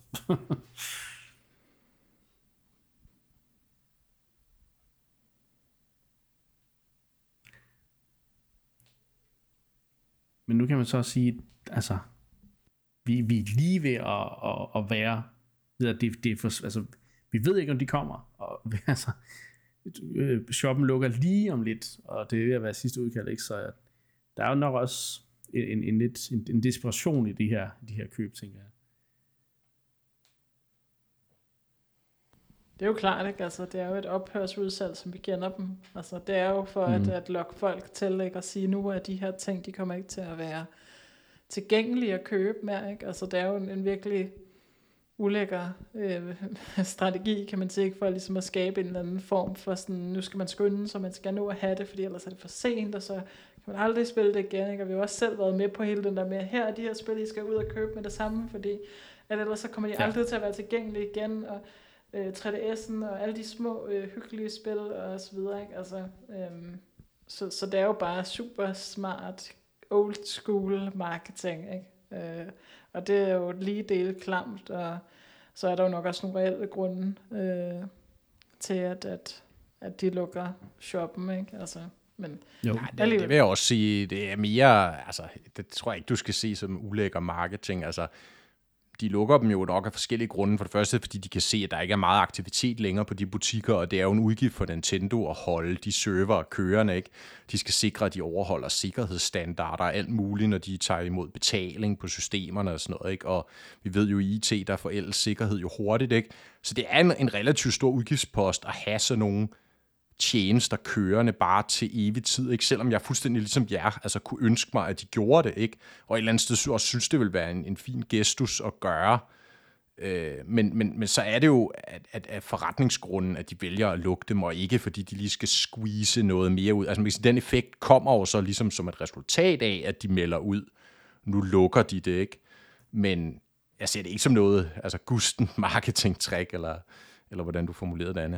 Speaker 1: Men nu kan man så sige, altså, vi, vi er lige ved at, at, at være, at det, det er for, altså, vi ved ikke, om de kommer, og altså, shoppen lukker lige om lidt, og det er ved at være sidste udkald, ikke? Så der er jo nok også en, en, en, lidt, en, en desperation i de her, de her køb, tænker jeg.
Speaker 2: Det er jo klart, ikke? Altså, det er jo et ophørsudsalg, som vi kender dem. Altså, det er jo for mm. at, at lokke folk til, ikke? At sige, nu er de her ting, de kommer ikke til at være tilgængelige at købe mere, ikke? Altså, det er jo en, en virkelig ulækker øh, strategi, kan man sige, ikke? For ligesom at skabe en eller anden form for sådan, nu skal man skynde, så man skal nå at have det, fordi ellers er det for sent, og så kan man aldrig spille det igen, ikke? Og vi har også selv været med på hele den der med, her er de her spil, I skal ud og købe med det samme, fordi at ellers så kommer de ja. aldrig til at være tilgængelige igen, og tre D S'en og alle de små øh, hyggelige spil og så videre, ikke? Altså, øhm, så, så det er jo bare super smart old school marketing, ikke? Øh, og det er jo lige dele klamt, og så er der jo nok også nogle reelle grunde øh, til at, at, at de lukker shoppen, ikke? Altså, men
Speaker 3: jo, det, det vil jeg også sige, det er mere, altså det tror jeg ikke du skal se som ulækker marketing, altså de lukker dem jo nok af forskellige grunde. For det første, fordi de kan se, at der ikke er meget aktivitet længere på de butikker, og det er jo en udgift for Nintendo at holde de server kørende, ikke? De skal sikre, at de overholder sikkerhedsstandarder og alt muligt, når de tager imod betaling på systemerne og sådan noget, ikke? Og vi ved jo i I T, der forældes sikkerhed jo hurtigt, ikke? Så det er en, en relativt stor udgiftspost at have sådan nogle tjenester kørende bare til evig tid, ikke? Selvom jeg fuldstændig ligesom jer, altså kunne ønske mig, at de gjorde det, ikke? Og et eller andet sted også synes, det ville være en, en fin gestus at gøre. Øh, men, men, men så er det jo, at, at, at forretningsgrunden, at de vælger at lukke dem, og ikke fordi de lige skal squeeze noget mere ud. Altså den effekt kommer jo så ligesom som et resultat af, at de melder ud. Nu lukker de det, ikke? Men jeg ser det ikke som noget, altså gusten marketing-trick, eller, eller hvordan du formulerede det, Anne.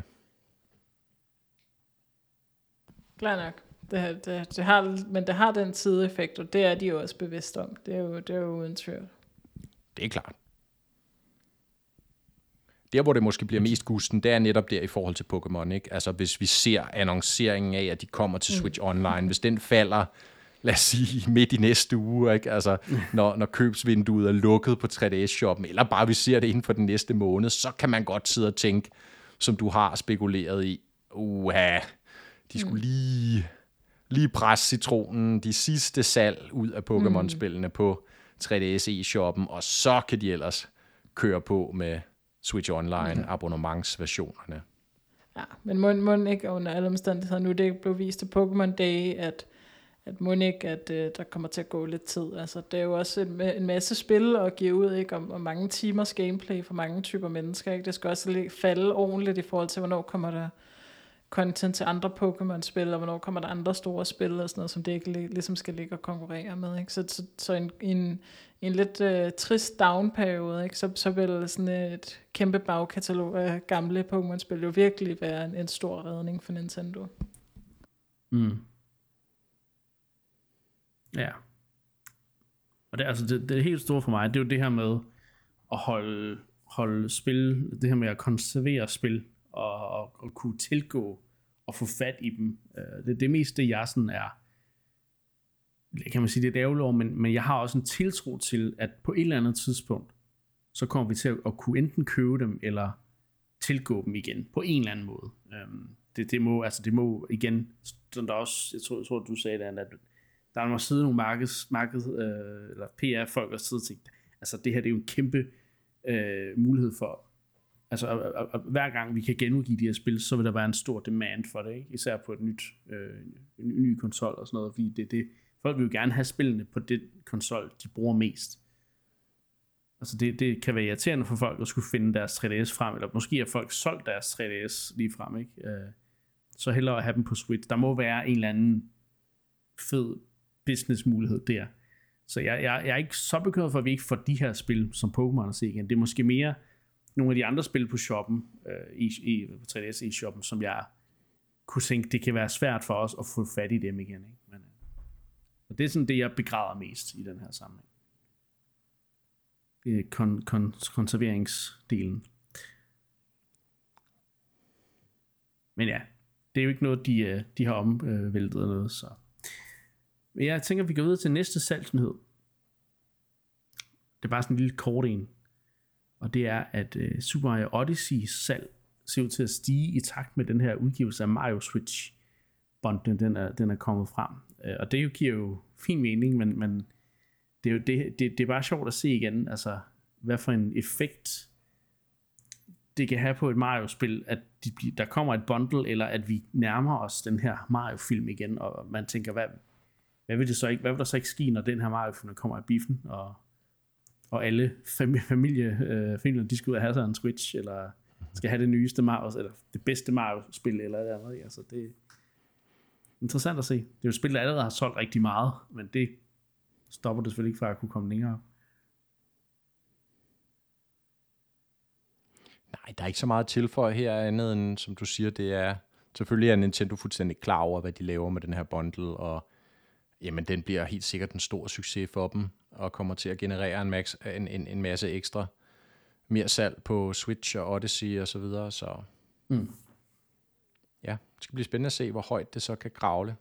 Speaker 2: Klar nok. Det, det, det har, men det har den sideeffekt, og det er de jo også bevidst om. Det er jo, det er jo uden tvivl.
Speaker 3: Det er klart. Der, hvor det måske bliver mest gusten, det er netop der i forhold til Pokémon, ikke? Altså, hvis vi ser annonceringen af, at de kommer til Switch mm. Online, hvis den falder, lad os sige, midt i næste uge, ikke? Altså, mm. når, når købsvinduet er lukket på tre D S-shoppen, eller bare vi ser det inden for den næste måned, så kan man godt sidde og tænke, som du har spekuleret i, uha, de skulle lige, lige presse citronen, de sidste salg ud af Pokémon-spillene mm. på tre D S e-shoppen, og så kan de ellers køre på med Switch Online mm. abonnementsversionerne.
Speaker 2: Ja, men må, må ikke under alle omstændigheder, nu det blev vist til Pokémon Day, at, at Monik, at øh, der kommer til at gå lidt tid. Altså, det er jo også en, en masse spil at give ud, ikke? Om, om mange timers gameplay for mange typer mennesker. Ikke? Det skal også falde ordentligt i forhold til, hvornår kommer der content til andre Pokémon-spil, og hvornår kommer der andre store spil, og sådan noget, som det ikke ligesom skal ligge og konkurrere med. Ikke? Så, så, så en, en, en lidt øh, trist down-periode, ikke? Så, så vil sådan et kæmpe bagkatalog af gamle Pokémon-spil jo virkelig være en, en stor redning for Nintendo.
Speaker 1: Mm. Ja. Og det, altså det, det er helt store for mig, det er jo det her med at holde, holde spil, det her med at konservere spil, og, og, og kunne tilgå og få fat i dem. Det, det meste jeg sådan er, kan man sige, det er et ærgerligt over, men, men jeg har også en tiltro til, at på et eller andet tidspunkt, så kommer vi til at, at kunne enten købe dem, eller tilgå dem igen, på en eller anden måde. Det, det må, altså det må igen, sådan der også, jeg tror, jeg tror du sagde det, at der må sidde nogle markeds, markeds, øh, eller P R-folk og sidde og tænke, altså det her det er jo en kæmpe øh, mulighed for, altså og, og, og, hver gang vi kan genudgive de her spil, så vil der være en stor demand for det, ikke? Især på et nyt, øh, en ny konsol og sådan noget, fordi det, det, folk vil jo gerne have spillene på det konsol, de bruger mest. Altså det, det kan være irriterende for folk at skulle finde deres tre D S frem, eller måske har folk solgt deres tre D S lige frem, ikke? Øh, så hellere at have dem på Switch. Der må være en eller anden fed businessmulighed der. Så jeg, jeg, jeg er ikke så bekymret for, at vi ikke får de her spil som Pokémon at se igen. Det er måske mere nogle af de andre spil på shoppen, øh, i, i, på tre D S i shoppen, som jeg kunne tænke, det kan være svært for os at få fat i dem igen. Ikke? Men, øh, det er sådan det, jeg begræder mest i den her sammenhæng. Det er kon, kon, konserveringsdelen. Men ja, det er jo ikke noget, de, de har omvæltet eller noget, så men jeg tænker, at vi går videre til næste salgsnyhed. Det er bare sådan en lille kort en. Og det er, at uh, Super Mario Odyssey salg ser ud til at stige i takt med den her udgivelse af Mario Switch bundlen, den er, den er kommet frem. Uh, og det giver jo fin mening, men, men det, er jo det, det, det er bare sjovt at se igen, altså hvad for en effekt det kan have på et Mario-spil, at de, der kommer et bundle, eller at vi nærmer os den her Mario-film igen, og man tænker, hvad Hvad vil, det så ikke, hvad vil der så ikke ske, når den her Mario-film kommer af biffen, og, og alle familie, familie, øh, familier, de skal ud og have sig en Switch, eller skal have det nyeste Mario, eller det bedste Mario-spil, eller det andet. Altså, det er interessant at se. Det er jo et spil, der allerede har solgt rigtig meget, men det stopper det selvfølgelig ikke fra at kunne komme længere.
Speaker 3: Nej, der er ikke så meget tilføje her andet end, som du siger, det er, selvfølgelig er Nintendo fuldstændig klar over, hvad de laver med den her bundle, og jamen, den bliver helt sikkert en stor succes for dem, og kommer til at generere en, max, en, en, en masse ekstra mere salg på Switch og Odyssey og så videre, så mm. ja, det skal blive spændende at se, hvor højt det så kan kravle.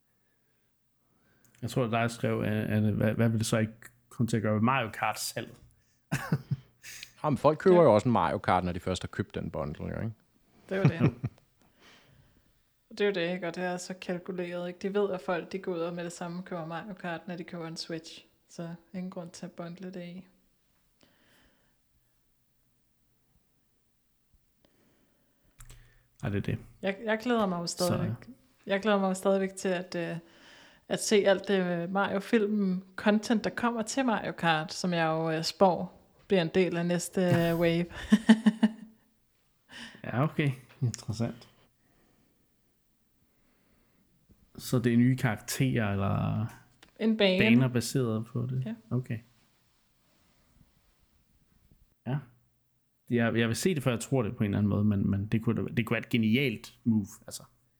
Speaker 1: Jeg tror, der skrev, at, hvad, hvad vil det så ikke komme til at gøre med Mario Kart salg?
Speaker 3: Jamen, folk køber ja. jo også en Mario Kart, når de først har købt den bundle, ikke?
Speaker 2: Det er jo det. Det er jo det, ikke? Og det er så kalkuleret, ikke? De ved, at folk de går ud og med det samme køber Mario Kart, når de køber en Switch. Så ingen grund til at bundle det i.
Speaker 1: Ja, det er det.
Speaker 2: Jeg, jeg glæder mig jo stadigvæk. Så. Jeg glæder mig jo stadigvæk til at, uh, at se alt det Mario-film content, der kommer til Mario Kart, som jeg jo uh, spår bliver en del af næste uh, wave.
Speaker 1: Ja, okay. Interessant. Så det er nye karakterer, eller
Speaker 2: en bane.
Speaker 1: baner baseret på det?
Speaker 2: Ja.
Speaker 1: Okay. Ja. Jeg, jeg vil se det, før jeg tror det på en eller anden måde, men, men det, kunne, det kunne være et genialt move, altså.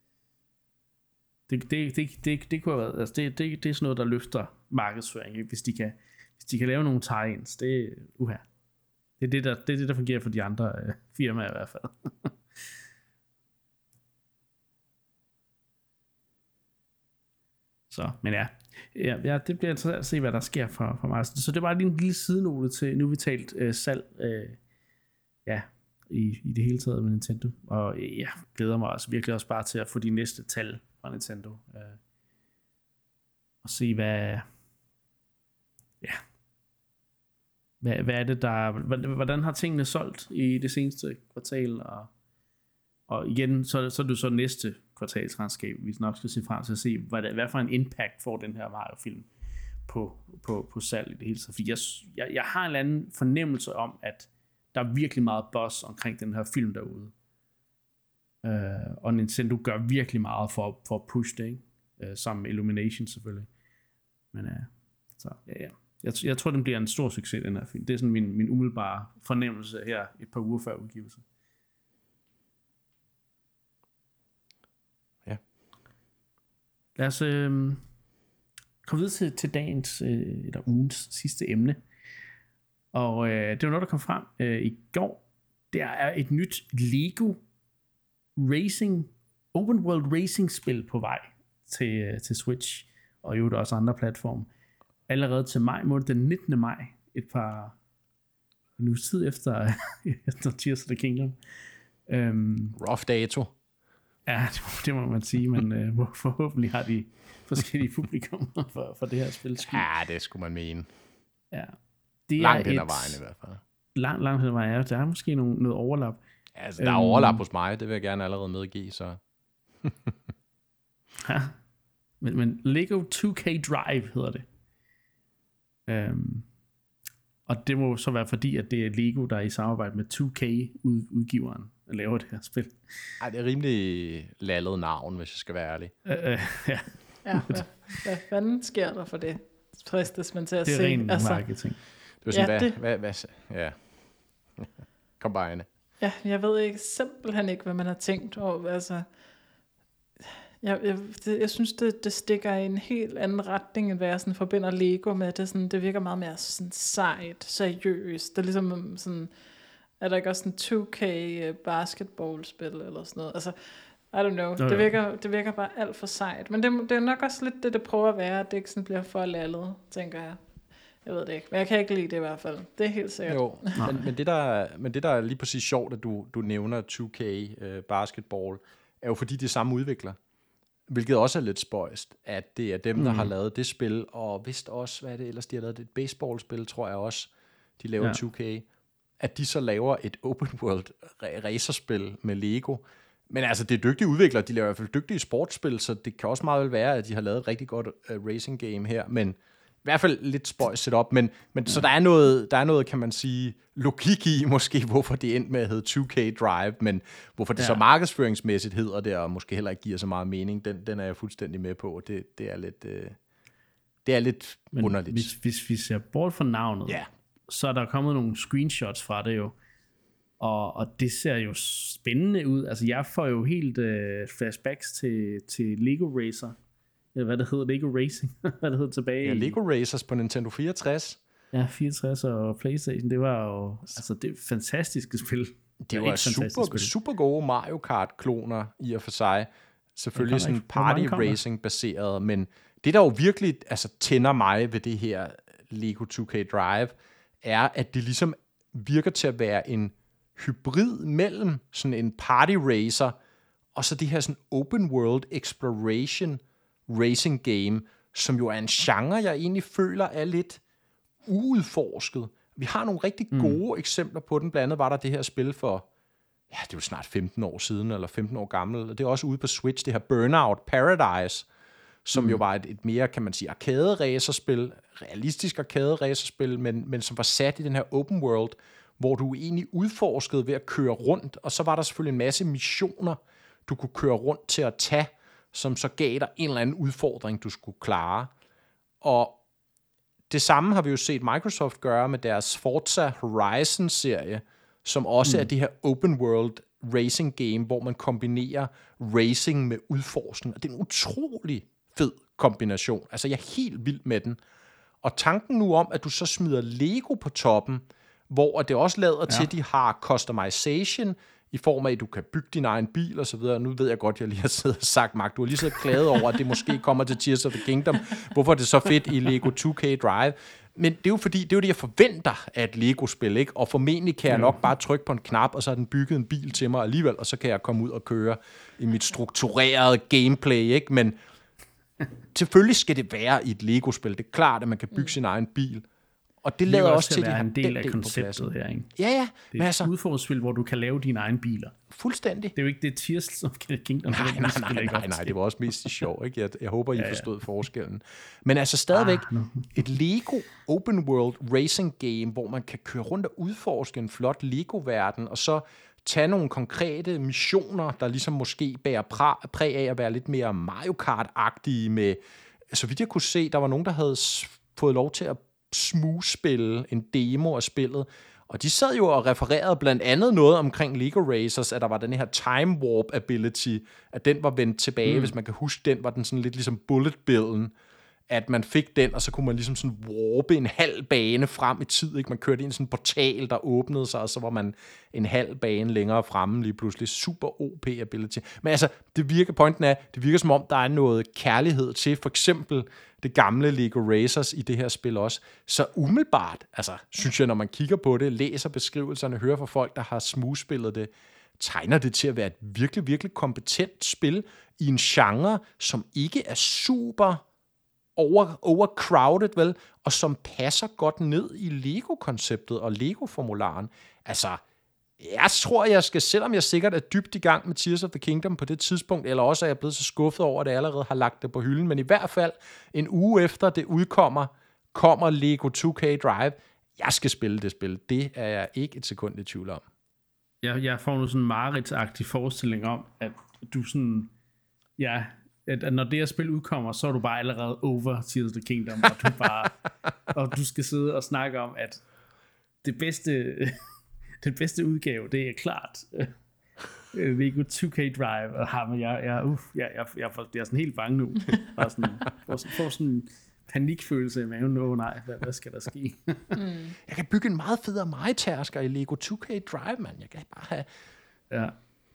Speaker 1: Det, det, det, det, det, kunne være, altså det, det, det er sådan noget, der løfter markedsføring, hvis de kan, hvis de kan lave nogle tie-ins. Det, uha. Det er det, der, det er det, der fungerer for de andre øh, firmaer i hvert fald. Så, men ja, ja, ja, det bliver interessant at se, hvad der sker for, for mig. Så det var lige en lille sidenote til, nu vi talt øh, salg, øh, ja, i, i det hele taget med Nintendo. Og øh, jeg glæder mig også virkelig også bare til at få de næste tal fra Nintendo. Øh, og se, hvad, ja, hvad, hvad er det, der, hvordan har tingene solgt i det seneste kvartal, og og igen, så, så er det så næste kvartalsregnskab, vi nok skal se frem til at se, hvad, det, hvad for en impact får den her Mario-film på, på, på salg i det hele taget. Fordi jeg, jeg, jeg har en eller anden fornemmelse om, at der er virkelig meget buzz omkring den her film derude. Uh, og Nintendo gør virkelig meget for, for at push det, ikke? Uh, sammen med Illumination selvfølgelig. Men uh, så, ja, ja. Jeg, jeg tror, den bliver en stor succes, den her film. Det er sådan min, min umiddelbare fornemmelse her et par uger før udgivelsen.
Speaker 3: Ja.
Speaker 1: Lad os øh, komme videre til, til dagens, øh, eller ugens sidste emne. Og øh, det var noget, der kom frem øh, i går. Der er et nyt Lego Racing, Open World Racing spil på vej til, øh, til Switch, og jo der er også andre platforme. Allerede til maj måned, den nittende maj, et par en uges tid efter, efter Tears of the Kingdom. Um,
Speaker 3: Rough dato.
Speaker 1: Ja, det, det må man sige, men uh, forhåbentlig har de forskellige publikummer for, for det her spil.
Speaker 3: Ja, det skulle man mene.
Speaker 1: Ja. Det
Speaker 3: langt hen ad vejen i hvert fald.
Speaker 1: Langt, langt hen ad vejen, ja. Der er måske nogle, noget overlap.
Speaker 3: Ja, altså, der er overlap hos mig, det vil jeg gerne allerede medgive, så...
Speaker 1: Ja, men, men Lego to K Drive hedder det. Um, og det må så være fordi, at det er Lego, der er i samarbejde med to K-udgiveren, der laver det her spil.
Speaker 3: Ej, det er rimelig lallet navn, hvis jeg skal være ærlig.
Speaker 1: Uh, uh, ja,
Speaker 2: ja hvad, hvad fanden sker der for det? Fristes man til at se.
Speaker 1: Det er ren altså, marketing.
Speaker 3: Det er sådan,
Speaker 2: ja,
Speaker 3: hvad,
Speaker 2: det...
Speaker 3: hvad, hvad, hvad, ja. Kom bare ind.
Speaker 2: Ja, jeg ved ikke, simpelthen ikke, hvad man har tænkt over. Altså, jeg, jeg, det, jeg synes, det, det stikker i en helt anden retning, end hvad jeg sådan forbinder Lego med. Det, sådan, det virker meget mere sådan sejt, seriøst. Det er ligesom sådan, er der ikke også en to K basketballspil eller sådan noget? Altså, I don't know. Det virker, det virker bare alt for sejt. Men det, det er nok også lidt det, det prøver at være, at det ikke sådan bliver for lallet, tænker jeg. Jeg ved det ikke, men jeg kan ikke lide det i hvert fald. Det er helt sikkert.
Speaker 3: Jo, men, men, det der, men det der er lige præcis sjovt, at du, du nævner to K uh, basketball, er jo fordi det er samme udvikler. Hvilket også er lidt spøjst, at det er dem, der mm. har lavet det spil, og vist også, hvad er det ellers, de har lavet et baseballspil, tror jeg også, de laver ja. to K, at de så laver et open world racerspil med Lego. Men altså, det er dygtige udviklere, de laver i hvert fald dygtige sportsspil, så det kan også meget vel være, at de har lavet et rigtig godt uh, racing game her, men i hvert fald lidt spøjs setup, men, men ja. Så der er, noget, der er noget, kan man sige, logik i måske, hvorfor det endte med at hedde to K Drive, men hvorfor det ja. så markedsføringsmæssigt hedder det, og måske heller ikke giver så meget mening, den, den er jeg fuldstændig med på, og det, det er lidt, øh, det er lidt
Speaker 1: men
Speaker 3: underligt.
Speaker 1: Hvis, hvis vi ser bort fra navnet,
Speaker 3: ja.
Speaker 1: så er der kommet nogle screenshots fra det jo, og, og det ser jo spændende ud. Altså jeg får jo helt øh, flashbacks til, til Lego Racer, hvad det hedder, Lego Racing, hvad det hedder tilbage.
Speaker 3: Ja, Lego Racers på Nintendo fireogtres.
Speaker 1: Ja, fireogtres og PlayStation, det var jo, altså det er fantastiske spil.
Speaker 3: Det, det var super, super gode Mario Kart-kloner i og for sig. Selvfølgelig sådan party racing baseret, men det der jo virkelig altså, tænder mig ved det her Lego to K Drive, er, at det ligesom virker til at være en hybrid mellem sådan en party racer, og så det her sådan open world exploration racing game, som jo er en genre, jeg egentlig føler er lidt uudforsket. Vi har nogle rigtig gode mm. eksempler på den. Blandt andet var der det her spil for, ja, det er jo snart femten år siden, eller femten år gammel, og det er også ude på Switch, det her Burnout Paradise, som mm. jo var et, et mere, kan man sige, arcade-racerspil, realistisk arcade-racerspil, men, men som var sat i den her open world, hvor du egentlig udforskede ved at køre rundt, og så var der selvfølgelig en masse missioner, du kunne køre rundt til at tage, som så gav dig en eller anden udfordring, du skulle klare. Og det samme har vi jo set Microsoft gøre med deres Forza Horizon-serie, som også mm. er det her open world racing game, hvor man kombinerer racing med udforskning. Og det er en utrolig fed kombination. Altså, jeg er helt vild med den. Og tanken nu om, at du så smider Lego på toppen, hvor det også lader ja. til, at de har customization, i form af, at du kan bygge din egen bil og så videre. Nu ved jeg godt, at jeg lige har siddet og sagt, Mark, du har lige så klaget over, at det måske kommer til Tears of the Kingdom. Hvorfor er det så fedt i Lego to K Drive? Men det er jo fordi, det er jo det, jeg forventer af et Lego-spil, ikke? Og formentlig kan jeg nok bare trykke på en knap, og så har den bygget en bil til mig alligevel, og så kan jeg komme ud og køre i mit strukturerede gameplay, ikke? Men selvfølgelig skal det være i et Lego-spil. Det er klart, at man kan bygge sin egen bil, Og det lader også
Speaker 1: til,
Speaker 3: til
Speaker 1: at
Speaker 3: de
Speaker 1: være
Speaker 3: har
Speaker 1: en del af
Speaker 3: del
Speaker 1: konceptet her, ikke?
Speaker 3: Ja, ja.
Speaker 1: Det er et altså, udfordringsspil, hvor du kan lave dine egne biler.
Speaker 3: Fuldstændig.
Speaker 1: Det er jo ikke det Tears of Kingdom.
Speaker 3: Nej, nej, nej, nej, nej, nej, det var også mest sjov, ikke? Jeg, jeg håber, I ja, ja. forstod forskellen. Men altså stadigvæk ah, no. et Lego Open World Racing Game, hvor man kan køre rundt og udforske en flot Lego-verden, og så tage nogle konkrete missioner, der ligesom måske bærer præg af at være lidt mere Mario Kart-agtige med, så vidt jeg kunne se, der var nogen, der havde fået lov til at smugspille en demo af spillet, og de sad jo og refererede blandt andet noget omkring Lego Racers, at der var den her time warp ability, at den var vendt tilbage, mm. hvis man kan huske den, var den sådan lidt ligesom bullet-billen, at man fik den, og så kunne man ligesom sådan warpe en halv bane frem i tid, ikke? Man kørte ind i sådan en portal, der åbnede sig, og så var man en halv bane længere fremme lige pludselig. Super O P ability. Men altså, det virker, pointen er, det virker som om, der er noget kærlighed til, for eksempel det gamle Lego Racers i det her spil også. Så umiddelbart, altså, synes jeg, når man kigger på det, læser beskrivelserne, hører fra folk, der har smugspillet det, tegner det til at være et virkelig, virkelig kompetent spil i en genre, som ikke er super over, overcrowded, vel, og som passer godt ned i Lego-konceptet og Lego-formularen. Altså, jeg tror, jeg skal, selvom jeg sikkert er dybt i gang med Tears of the Kingdom på det tidspunkt, eller også er jeg blevet så skuffet over, at jeg allerede har lagt det på hylden, men i hvert fald en uge efter det udkommer, kommer Lego to K Drive. Jeg skal spille det spil. Det er jeg ikke et sekund i tvivl om.
Speaker 1: Jeg, jeg får nu sådan en mareridsagtig forestilling om, at du sådan, ja, at når det her spil udkommer, så er du bare allerede over Tears of the Kingdom, og du bare, og du skal sidde og snakke om, at det bedste, den bedste udgave, det er klart Lego to K Drive, og har man, jeg, jeg, uff, jeg, jeg, jeg, får, jeg er sådan helt bange nu, og sådan, får, får sådan en panikfølelse i maven, åh nej, hvad, hvad skal der ske?
Speaker 3: mm. Jeg kan bygge en meget federe majtærsker i Lego to K Drive, man. Jeg kan bare have...
Speaker 1: Ja.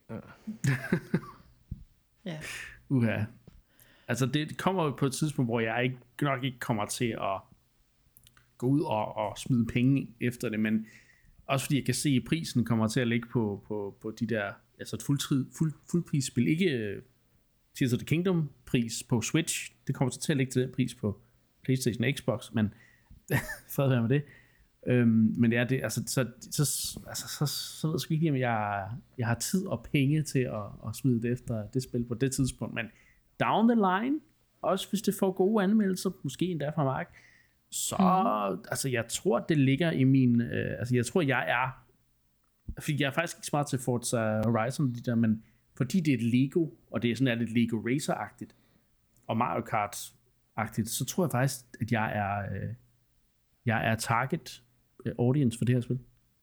Speaker 1: Ja. Uha. Altså det kommer jo på et tidspunkt, hvor jeg ikke, nok ikke kommer til at gå ud og, og smide penge efter det, men også fordi jeg kan se, at prisen kommer til at ligge på, på, på de der, altså et fuldtid, fuld, fuldprisspil, ikke uh, Tears of the Kingdom pris på Switch, det kommer til at ligge til den pris på PlayStation og Xbox, men fred være med det. Øhm, men det er det, altså så, så, altså, så, så ved jeg sgu ikke, om jeg, jeg har tid og penge til at, at smide det efter det spil på det tidspunkt, men down the line, også hvis det får gode anmeldelser, måske endda fra Mark, så, mm. altså jeg tror, det ligger i min, øh, altså jeg tror, jeg er, fordi jeg er faktisk ikke smart til Forza Horizon, de der, men fordi det er et Lego, og det er sådan er lidt Lego Racer-agtigt, og Mario Kart-agtigt, så tror jeg faktisk, at jeg er, øh, jeg er target audience for det her spil.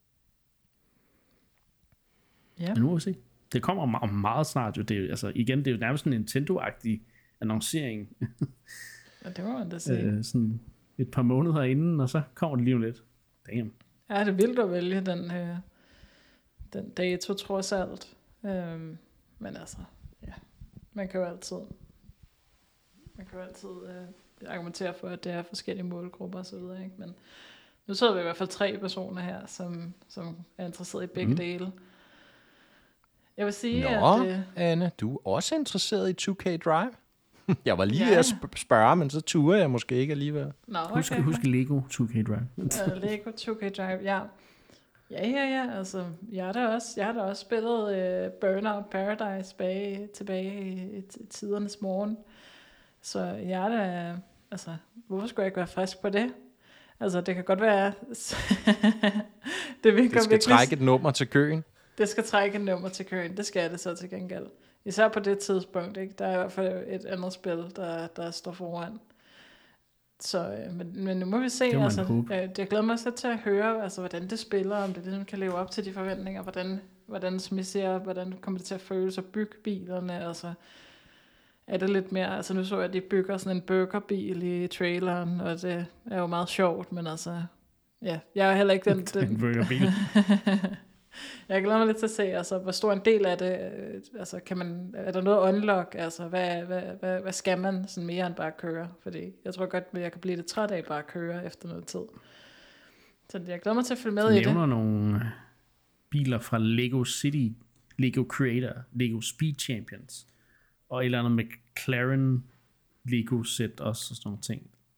Speaker 1: Ja. Men nu må vi se. Det kommer om meget snart jo. Det er, altså, igen, det er jo nærmest en Nintendo-agtig annoncering.
Speaker 2: Ja, det må man da se.
Speaker 1: øh, sådan et par måneder inden, og så kommer det lige om lidt. Damn.
Speaker 2: Ja, det vil du vælge den, øh, den dato, trods alt. Øhm, men altså, ja. Man kan jo altid, man kan jo altid øh, argumentere for, at det er forskellige målgrupper og så videre, ikke? Men nu sidder vi i hvert fald tre personer her, som, som er interesseret i begge mm. dele. Jeg vil sige,
Speaker 3: Nå,
Speaker 2: at... Øh,
Speaker 3: Anne, du er også interesseret i to K Drive? Jeg var lige ved ja. at spørge, men så turer jeg måske ikke alligevel.
Speaker 2: Nå, okay.
Speaker 1: Husk, husk Lego to K Drive.
Speaker 2: uh, Lego to K Drive, ja. Ja, ja, ja, altså, jeg har da også, jeg har da også spillet uh, Burnout Paradise bag, tilbage i, i tidernes morgen. Så jeg er da, altså, hvorfor skulle jeg ikke være frisk på det? Altså, det kan godt være...
Speaker 3: det, det skal virkelig... trække et nummer til køen.
Speaker 2: Det skal trække et nummer til køen, det skal det så til gengæld. Især på det tidspunkt, ikke? Der er i hvert fald et andet spil, der, der står foran. Så, øh, men, men nu må vi se, altså, jeg, jeg glæder mig så til at høre, altså, hvordan det spiller, om det ligesom kan leve op til de forventninger, hvordan, hvordan som I ser, hvordan kommer det til at føles at bygge bilerne, altså, er det lidt mere, altså nu så jeg, at de bygger sådan en burgerbil i traileren, og det er jo meget sjovt, men altså, ja, jeg er heller ikke den... den
Speaker 1: en burgerbil.
Speaker 2: Jeg glæder mig lidt til at se, altså, hvor stor en del af det, altså, kan man, er der noget unlock, altså, hvad, hvad, hvad, hvad skal man sådan mere end bare køre, fordi jeg tror godt, at jeg kan blive lidt træt af bare at køre efter noget tid. Så jeg glæder mig til at følge med i det.
Speaker 1: Du nævner nogle biler fra Lego City, Lego Creator, Lego Speed Champions, og et eller andet McLaren Lego set også, og sådan nogle ting.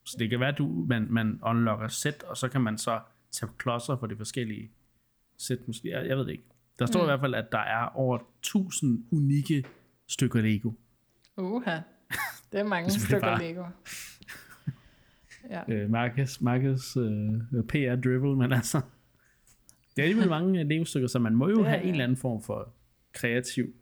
Speaker 1: Så det kan være, at du, man, man unlocker sæt, og så kan man så tage klodser for de forskellige sæt. Måske. Jeg, jeg ved det ikke. Der står mm. i hvert fald, at der er over tusind unikke stykker Lego.
Speaker 2: Uha, det er mange stykker bare... Lego.
Speaker 1: Ja. Øh, Marcus, Marcus øh, P R dribble, men altså det er alligevel mange Lego-stykker, så man må jo det have en eller anden form for kreativ.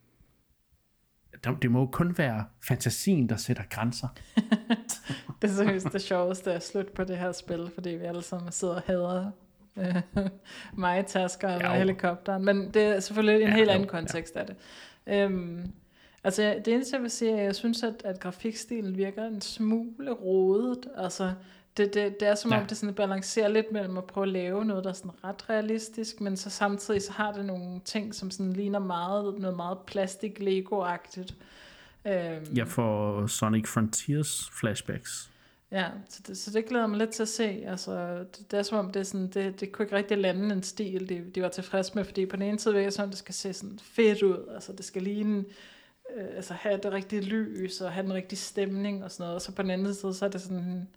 Speaker 1: Det må jo kun være fantasien, der sætter grænser.
Speaker 2: Det er seriøst det sjoveste at slutte på det her spil, fordi vi alle sammen sidder og hader øh, mig, tasker og helikopteren, men det er selvfølgelig en ja, helt jo, anden kontekst ja. af det. Øhm, altså det eneste jeg vil sige er, at jeg synes at, at grafikstilen virker en smule rodet. Altså det, det, det er som ja. om det sådan balancerer lidt mellem at prøve at lave noget der er sådan ret realistisk, men så samtidig så har det nogle ting som sådan ligner meget noget meget plastik Lego-agtigt.
Speaker 1: Øhm, jeg får Sonic Frontiers flashbacks.
Speaker 2: Ja, så det, så det glæder mig lidt til at se. Altså, det, det er som om, det, er sådan, det, det kunne ikke rigtig lande en stil, de, de var tilfredse med, fordi på den ene side virker det sådan, det skal se sådan fedt ud. Altså, det skal ligne, øh, altså have det rigtige lys, og have den rigtige stemning og sådan noget. Og så på den anden side, så er det sådan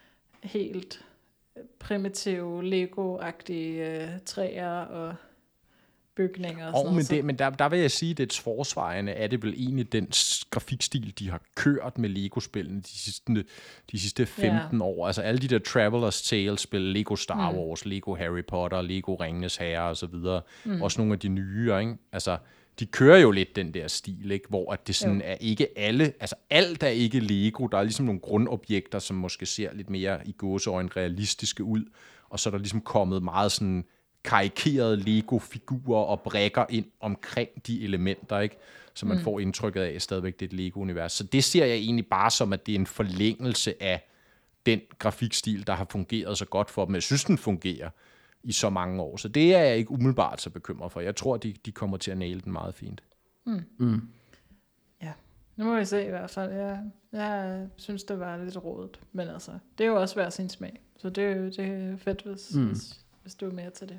Speaker 2: helt primitive, Lego-agtige øh, træer og bygninger og sådan
Speaker 3: oh, noget. Men, det, men der, der vil jeg sige, at dets forsvarende er det vel egentlig den grafikstil, de har kørt med Lego-spillene de sidste, de sidste femten yeah. år. Altså alle de der Traveler's Tales-spil, Lego Star mm. Wars, Lego Harry Potter, Lego Ringenes Herre og så videre. Mm. Også nogle af de nye, ikke? Altså, de kører jo lidt den der stil, ikke? Hvor at det sådan jo. er ikke alle, altså alt er ikke Lego. Der er ligesom nogle grundobjekter, som måske ser lidt mere i gåseøjne realistiske ud. Og så er der ligesom kommet meget sådan karikerede Lego-figurer og brikker ind omkring de elementer, ikke? Så man mm. får indtrykket af, at stadigvæk det er et Lego-univers. Så det ser jeg egentlig bare som, at det er en forlængelse af den grafikstil, der har fungeret så godt for dem. Jeg synes, den fungerer i så mange år. Så det er jeg ikke umiddelbart så bekymret for. Jeg tror, de, de kommer til at næle den meget fint.
Speaker 2: Mm. Mm. Ja, nu må vi se i hvert fald. Jeg, jeg synes, det var lidt rodet. Men altså, det er jo også hver sin smag. Så det, det er fedt, hvis, mm. hvis, hvis du er mere til det.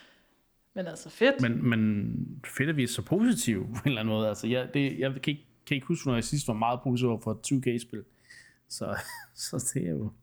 Speaker 2: Men altså fedt.
Speaker 1: Men, men fedt, at vi er så positive på en eller anden måde. Altså, jeg, det, jeg kan, ikke, kan ikke huske, når jeg sidst var meget positiv over for et to K-spil. Så, så det er jo...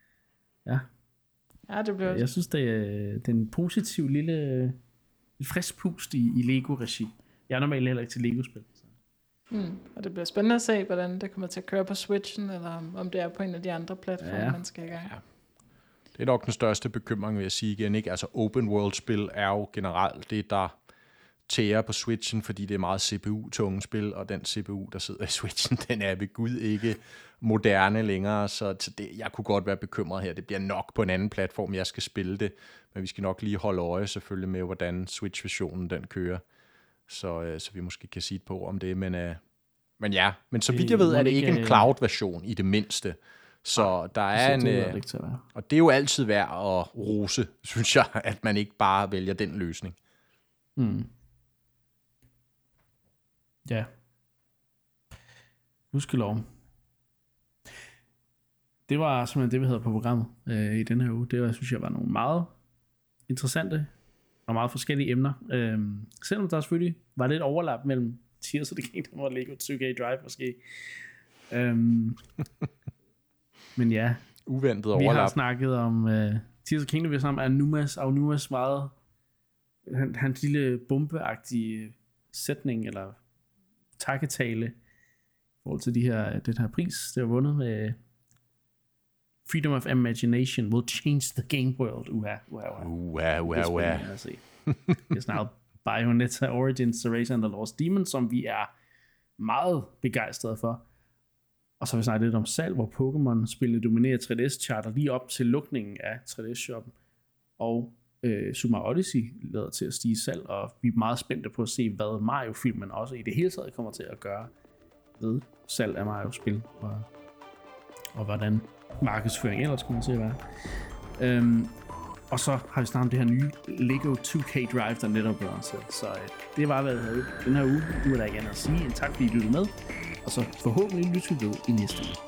Speaker 1: Ja.
Speaker 2: Ja, det bliver...
Speaker 1: Jeg synes, det er, det er en positiv lille... Et frisk pust i, i Lego-regi. Jeg er normalt heller ikke til Lego-spil. Så.
Speaker 2: Mm, og det bliver spændende at se, hvordan det kommer til at køre på Switchen, eller om, om det er på en af de andre platforme, ja. man skal i gang. Ja.
Speaker 3: Det er nok den største bekymring, vil jeg sige igen, ikke? Altså open world-spil er jo generelt det, der tærer på Switchen, fordi det er meget C P U-tunge spil, og den C P U, der sidder i Switchen, den er ved Gud ikke moderne længere, så det, jeg kunne godt være bekymret her. Det bliver nok på en anden platform, jeg skal spille det, men vi skal nok lige holde øje selvfølgelig med, hvordan Switch-versionen den kører, så, så vi måske kan sige et par ord om det, men, uh, men ja, men så vidt jeg ved, er det ikke en cloud-version i det mindste. Så der er en, øh, og det er jo altid værd at rose, synes jeg, at man ikke bare vælger den løsning.
Speaker 1: Mm. Ja. Gudskelov. Det var simpelthen det, vi havde på programmet øh, i denne her uge. Det var, synes jeg, var nogle meget interessante og meget forskellige emner. Øh, selvom der selvfølgelig var lidt overlap mellem Tears of the Kingdom og Lego to K Drive måske. Øh, Men ja,
Speaker 3: uventet overlap.
Speaker 1: Vi har snakket om uh, Tears of the Kingdom, vi har snakket om Anumas, Anumas meget, han, hans lille bombeagtige sætning, eller takketale, i forhold til de her, den her pris, der var vundet med Freedom of Imagination will change the game world. Uha, uha,
Speaker 3: uha. Uha, uha, uha.
Speaker 1: Vi har snakket Bayonetta Origins, Erasure and the Lost Demon, som vi er meget begejstrede for. Og så har vi snakket lidt om salg, hvor Pokémon-spillene dominerer tre D S-charter lige op til lukningen af tre D S-shoppen. Og øh, Super Mario Odyssey lader til at stige salg, og vi er meget spændte på at se, hvad Mario-filmen også i det hele taget kommer til at gøre ved salg af Mario-spil, og, og hvordan markedsføring ellers kommer til at være. Øhm, og så har vi snakket om det her nye Lego to K Drive, der netop blev lanceret. Så øh, det var, hvad jeg havde den her uge. Du er der igen at sige. En tak, fordi I lyttede med. Og så forhåbentlig lytter vi ved i næste uge.